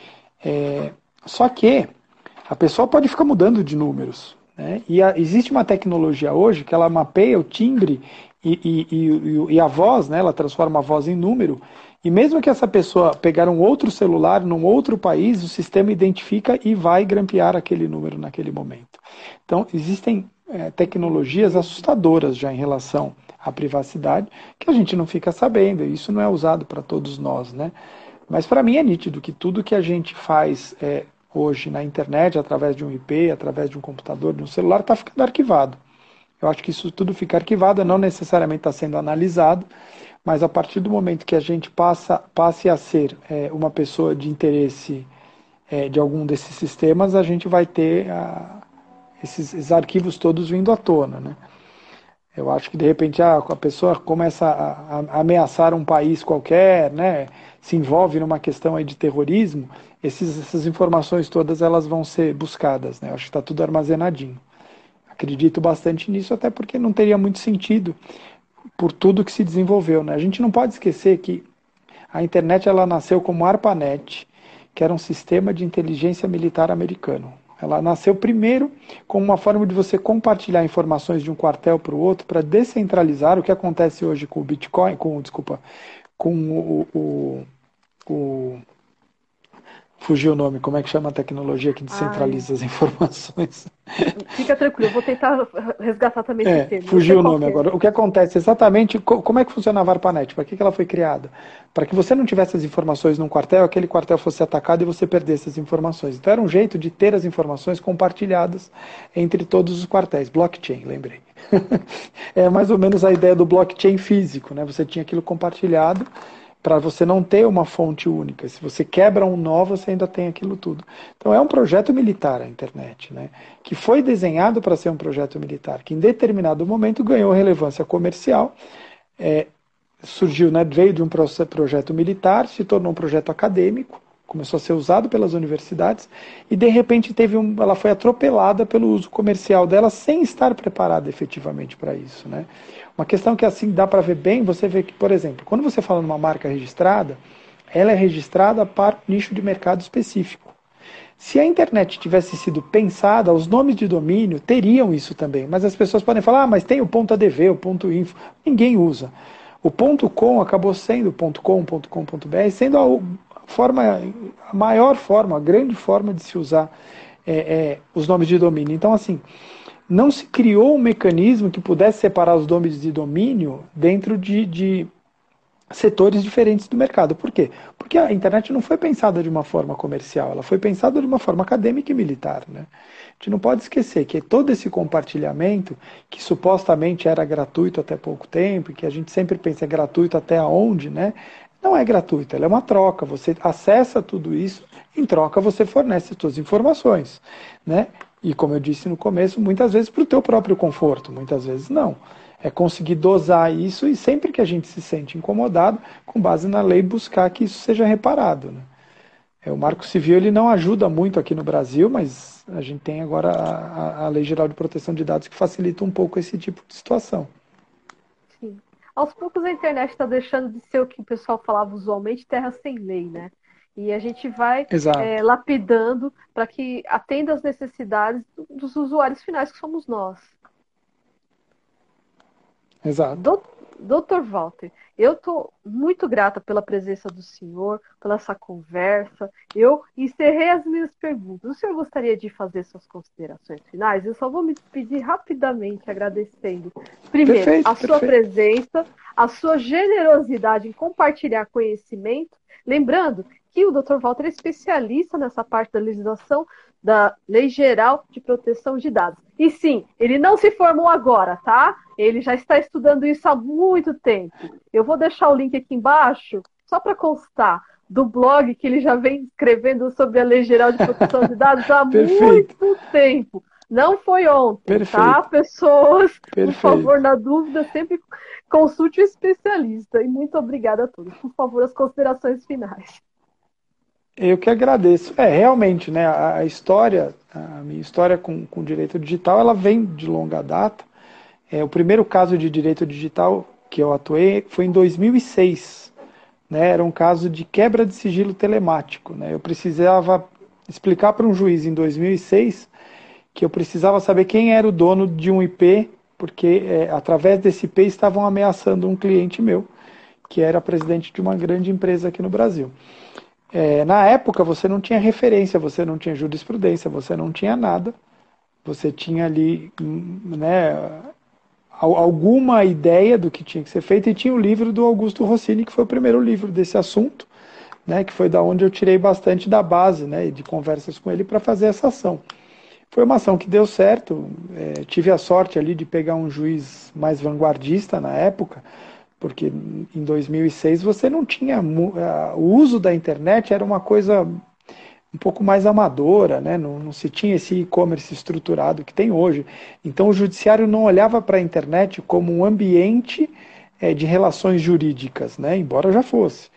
É, só que a pessoa pode ficar mudando de números, né? E a- existe uma tecnologia hoje que ela mapeia o timbre e, e- e- e a voz, né? Ela transforma a voz em número. E mesmo que essa pessoa pegar um outro celular num outro país, o sistema identifica e vai grampear aquele número naquele momento. Então, existem eh, tecnologias assustadoras já em relação à privacidade que a gente não fica sabendo. E isso não é usado para todos nós, né? Mas para mim é nítido que tudo que a gente faz é, hoje na internet, através de um I P, através de um computador, de um celular, está ficando arquivado. Eu acho que isso tudo fica arquivado, não necessariamente está sendo analisado, mas a partir do momento que a gente passa, passe a ser é, uma pessoa de interesse é, de algum desses sistemas, a gente vai ter a, esses, esses arquivos todos vindo à tona, né? Eu acho que de repente ah, a pessoa começa a, a ameaçar um país qualquer, né? Se envolve numa questão aí de terrorismo, esses, essas informações todas elas vão ser buscadas, né? Eu acho que está tudo armazenadinho. Acredito bastante nisso, até porque não teria muito sentido por tudo que se desenvolveu, né? A gente não pode esquecer que a internet ela nasceu como ARPANET, que era um sistema de inteligência militar americano. Ela nasceu primeiro como uma forma de você compartilhar informações de um quartel para o outro para descentralizar o que acontece hoje com o Bitcoin, com, desculpa, com o, o, o fugiu o nome, como é que chama a tecnologia que Ai, descentraliza as informações? fica tranquilo, eu vou tentar resgatar também esse É, termo. Eu sei fugiu o qual nome que é. agora. O que acontece exatamente, co- como é que funcionava a ARPANET? Para que que ela foi criada? Para que você não tivesse as informações num quartel, aquele quartel fosse atacado e você perdesse as informações. Então era um jeito de ter as informações compartilhadas entre todos os quartéis. Blockchain, lembrei. É mais ou menos a ideia do blockchain físico, né? Você tinha aquilo compartilhado para você não ter uma fonte única. Se você quebra um nó, você ainda tem aquilo tudo. Então é um projeto militar a internet, né? Que foi desenhado para ser um projeto militar, que em determinado momento ganhou relevância comercial, é, surgiu, né, veio de um projeto militar, se tornou um projeto acadêmico, começou a ser usado pelas universidades e de repente teve um, ela foi atropelada pelo uso comercial dela sem estar preparada efetivamente para isso, né? Uma questão que assim dá para ver bem, você vê que, por exemplo, quando você fala numa marca registrada, ela é registrada para nicho de mercado específico. Se a internet tivesse sido pensada, os nomes de domínio teriam isso também, mas as pessoas podem falar, ah, mas tem o ponto .adv, o ponto .info, ninguém usa. O ponto .com acabou sendo o ponto .com, ponto .com ponto .br, sendo a forma, a maior forma, a grande forma de se usar é, é, os nomes de domínio. Então, assim, não se criou um mecanismo que pudesse separar os nomes de domínio dentro de, de setores diferentes do mercado. Por quê? Porque a internet não foi pensada de uma forma comercial, ela foi pensada de uma forma acadêmica e militar, né? A gente não pode esquecer que todo esse compartilhamento, que supostamente era gratuito até pouco tempo, que a gente sempre pensa é gratuito até onde, né? Não é gratuito, ela é uma troca. Você acessa tudo isso, em troca você fornece as suas informações, né? E como eu disse no começo, muitas vezes para o teu próprio conforto, muitas vezes não. É conseguir dosar isso e sempre que a gente se sente incomodado, com base na lei, buscar que isso seja reparado, né? É, o Marco Civil ele não ajuda muito aqui no Brasil, mas a gente tem agora a, a Lei Geral de Proteção de Dados que facilita um pouco esse tipo de situação. Sim. Aos poucos a internet está deixando de ser o que o pessoal falava usualmente, terra sem lei, né? E a gente vai é, Exato, lapidando para que atenda às necessidades dos usuários finais, que somos nós. exato. Do- doutor Walter, eu estou muito grata pela presença do senhor, pela essa conversa. Eu encerrei as minhas perguntas. O senhor gostaria de fazer suas considerações finais? Eu só vou me despedir rapidamente, agradecendo, primeiro, a Perfeito, sua perfeito. presença, a sua generosidade em compartilhar conhecimento. Lembrando que o doutor Walter é especialista nessa parte da legislação da Lei Geral de Proteção de Dados. E sim, ele não se formou agora, tá? Ele já está estudando isso há muito tempo. Eu vou deixar o link aqui embaixo, só para constar, do blog que ele já vem escrevendo sobre a Lei Geral de Proteção de Dados há Perfeito, muito tempo. Não foi ontem, tá? perfeito, Pessoas, por favor, perfeito. na dúvida, sempre Consulte o especialista. E muito obrigada a todos. Por favor, as considerações finais. Eu que agradeço. É, realmente, né, a, a história, a minha história com, com direito digital, ela vem de longa data. É, o primeiro caso de direito digital que eu atuei foi em dois mil e seis. Né, era um caso de quebra de sigilo telemático. Né, eu precisava explicar para um juiz em dois mil e seis que eu precisava saber quem era o dono de um I P, porque é, através desse I P estavam ameaçando um cliente meu, que era presidente de uma grande empresa aqui no Brasil. É, na época você não tinha referência, você não tinha jurisprudência, você não tinha nada, você tinha ali, né, alguma ideia do que tinha que ser feito, e tinha o livro do Augusto Rossini, que foi o primeiro livro desse assunto, né, que foi da onde eu tirei bastante da base, né, de conversas com ele para fazer essa ação. Foi uma ação que deu certo, é, tive a sorte ali de pegar um juiz mais vanguardista na época, porque em dois mil e seis você não tinha, o uso da internet era uma coisa um pouco mais amadora, né? não, não se tinha esse e-commerce estruturado que tem hoje. Então o judiciário não olhava para a internet como um ambiente é, de relações jurídicas, né? Embora já fosse.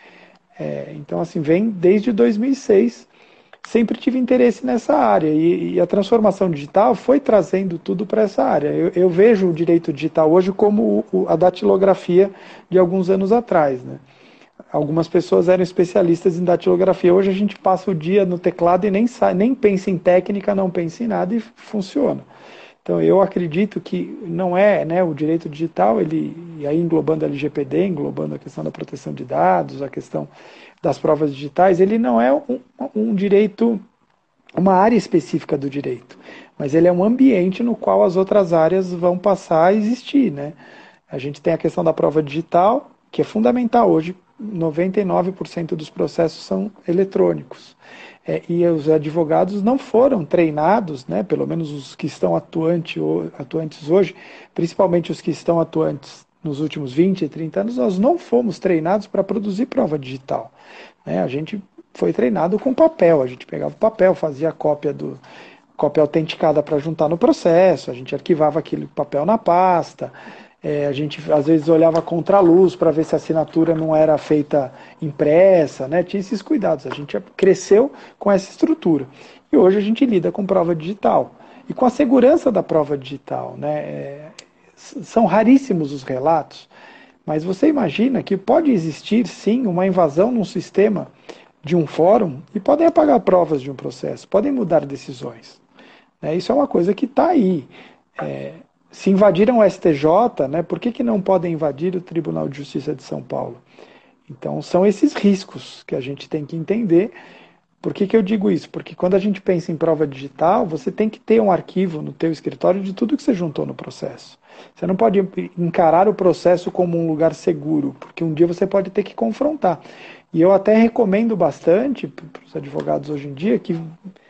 É, então assim, vem desde dois mil e seis, sempre tive interesse nessa área, e, e a transformação digital foi trazendo tudo para essa área. Eu, eu vejo o direito digital hoje como o, a datilografia de alguns anos atrás, né? Algumas pessoas eram especialistas em datilografia, hoje a gente passa o dia no teclado e nem, sai, nem pensa em técnica, não pensa em nada e funciona. Então eu acredito que não é, né, o direito digital, ele, e aí englobando a L G P D, englobando a questão da proteção de dados, a questão das provas digitais, ele não é um, um direito, uma área específica do direito, mas ele é um ambiente no qual as outras áreas vão passar a existir, né? A gente tem a questão da prova digital, que é fundamental hoje, noventa e nove por cento dos processos são eletrônicos. É, e os advogados não foram treinados, né, pelo menos os que estão atuante, atuantes hoje, principalmente os que estão atuantes nos últimos vinte, trinta anos, nós não fomos treinados para produzir prova digital. Né? A gente foi treinado com papel, a gente pegava o papel, fazia a cópia, do, cópia autenticada para juntar no processo, a gente arquivava aquele papel na pasta, é, a gente às vezes olhava contra a luz para ver se a assinatura não era feita impressa, né? Tinha esses cuidados, a gente cresceu com essa estrutura. E hoje a gente lida com prova digital. E com a segurança da prova digital, né? É, são raríssimos os relatos, mas você imagina que pode existir sim uma invasão num sistema de um fórum e podem apagar provas de um processo, podem mudar decisões. Né? Isso é uma coisa que está aí. É, se invadiram o S T J, né, por que, que não podem invadir o Tribunal de Justiça de São Paulo? Então são esses riscos que a gente tem que entender. Por que, que eu digo isso? Porque quando a gente pensa em prova digital, você tem que ter um arquivo no teu escritório de tudo que você juntou no processo. Você não pode encarar o processo como um lugar seguro, porque um dia você pode ter que confrontar. E eu até recomendo bastante para os advogados hoje em dia que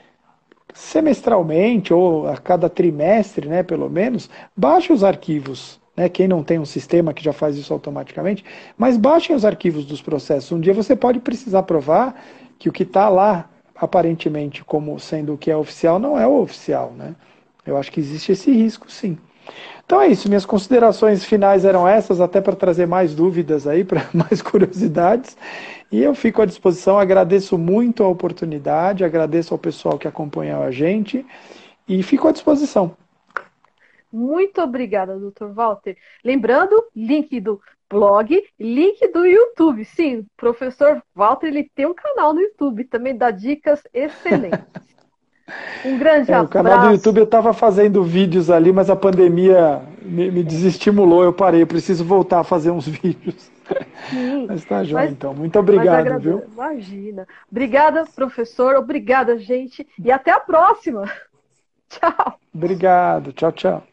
semestralmente ou a cada trimestre, né, pelo menos, baixe os arquivos. Né, quem não tem um sistema que já faz isso automaticamente, mas baixem os arquivos dos processos. Um dia você pode precisar provar que o que está lá, aparentemente, como sendo o que é oficial, não é o oficial. Né? Eu acho que existe esse risco, sim. Então é isso, minhas considerações finais eram essas, até para trazer mais dúvidas aí, para mais curiosidades. E eu fico à disposição, agradeço muito a oportunidade, agradeço ao pessoal que acompanhou a gente e fico à disposição. Muito obrigada, doutor Walter. Lembrando, link do blog, link do YouTube. Sim, o professor Walter ele tem um canal no YouTube, também dá dicas excelentes. Um grande é, abraço. O canal do YouTube eu estava fazendo vídeos ali, mas a pandemia me, me desestimulou, eu parei, eu preciso voltar a fazer uns vídeos. Sim, mas tá joia, então. Muito obrigado, agrade... viu? Imagina. Obrigada, professor. Obrigada, gente. E até a próxima. Tchau. Obrigado. Tchau, tchau.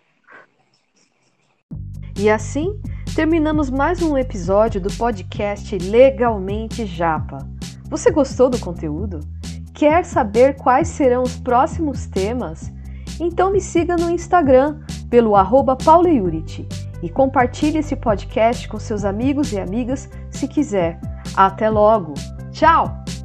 E assim, terminamos mais um episódio do podcast Legalmente Japa. Você gostou do conteúdo? Quer saber quais serão os próximos temas? Então me siga no Instagram pelo arroba pauloiuriti e compartilhe esse podcast com seus amigos e amigas se quiser. Até logo! Tchau!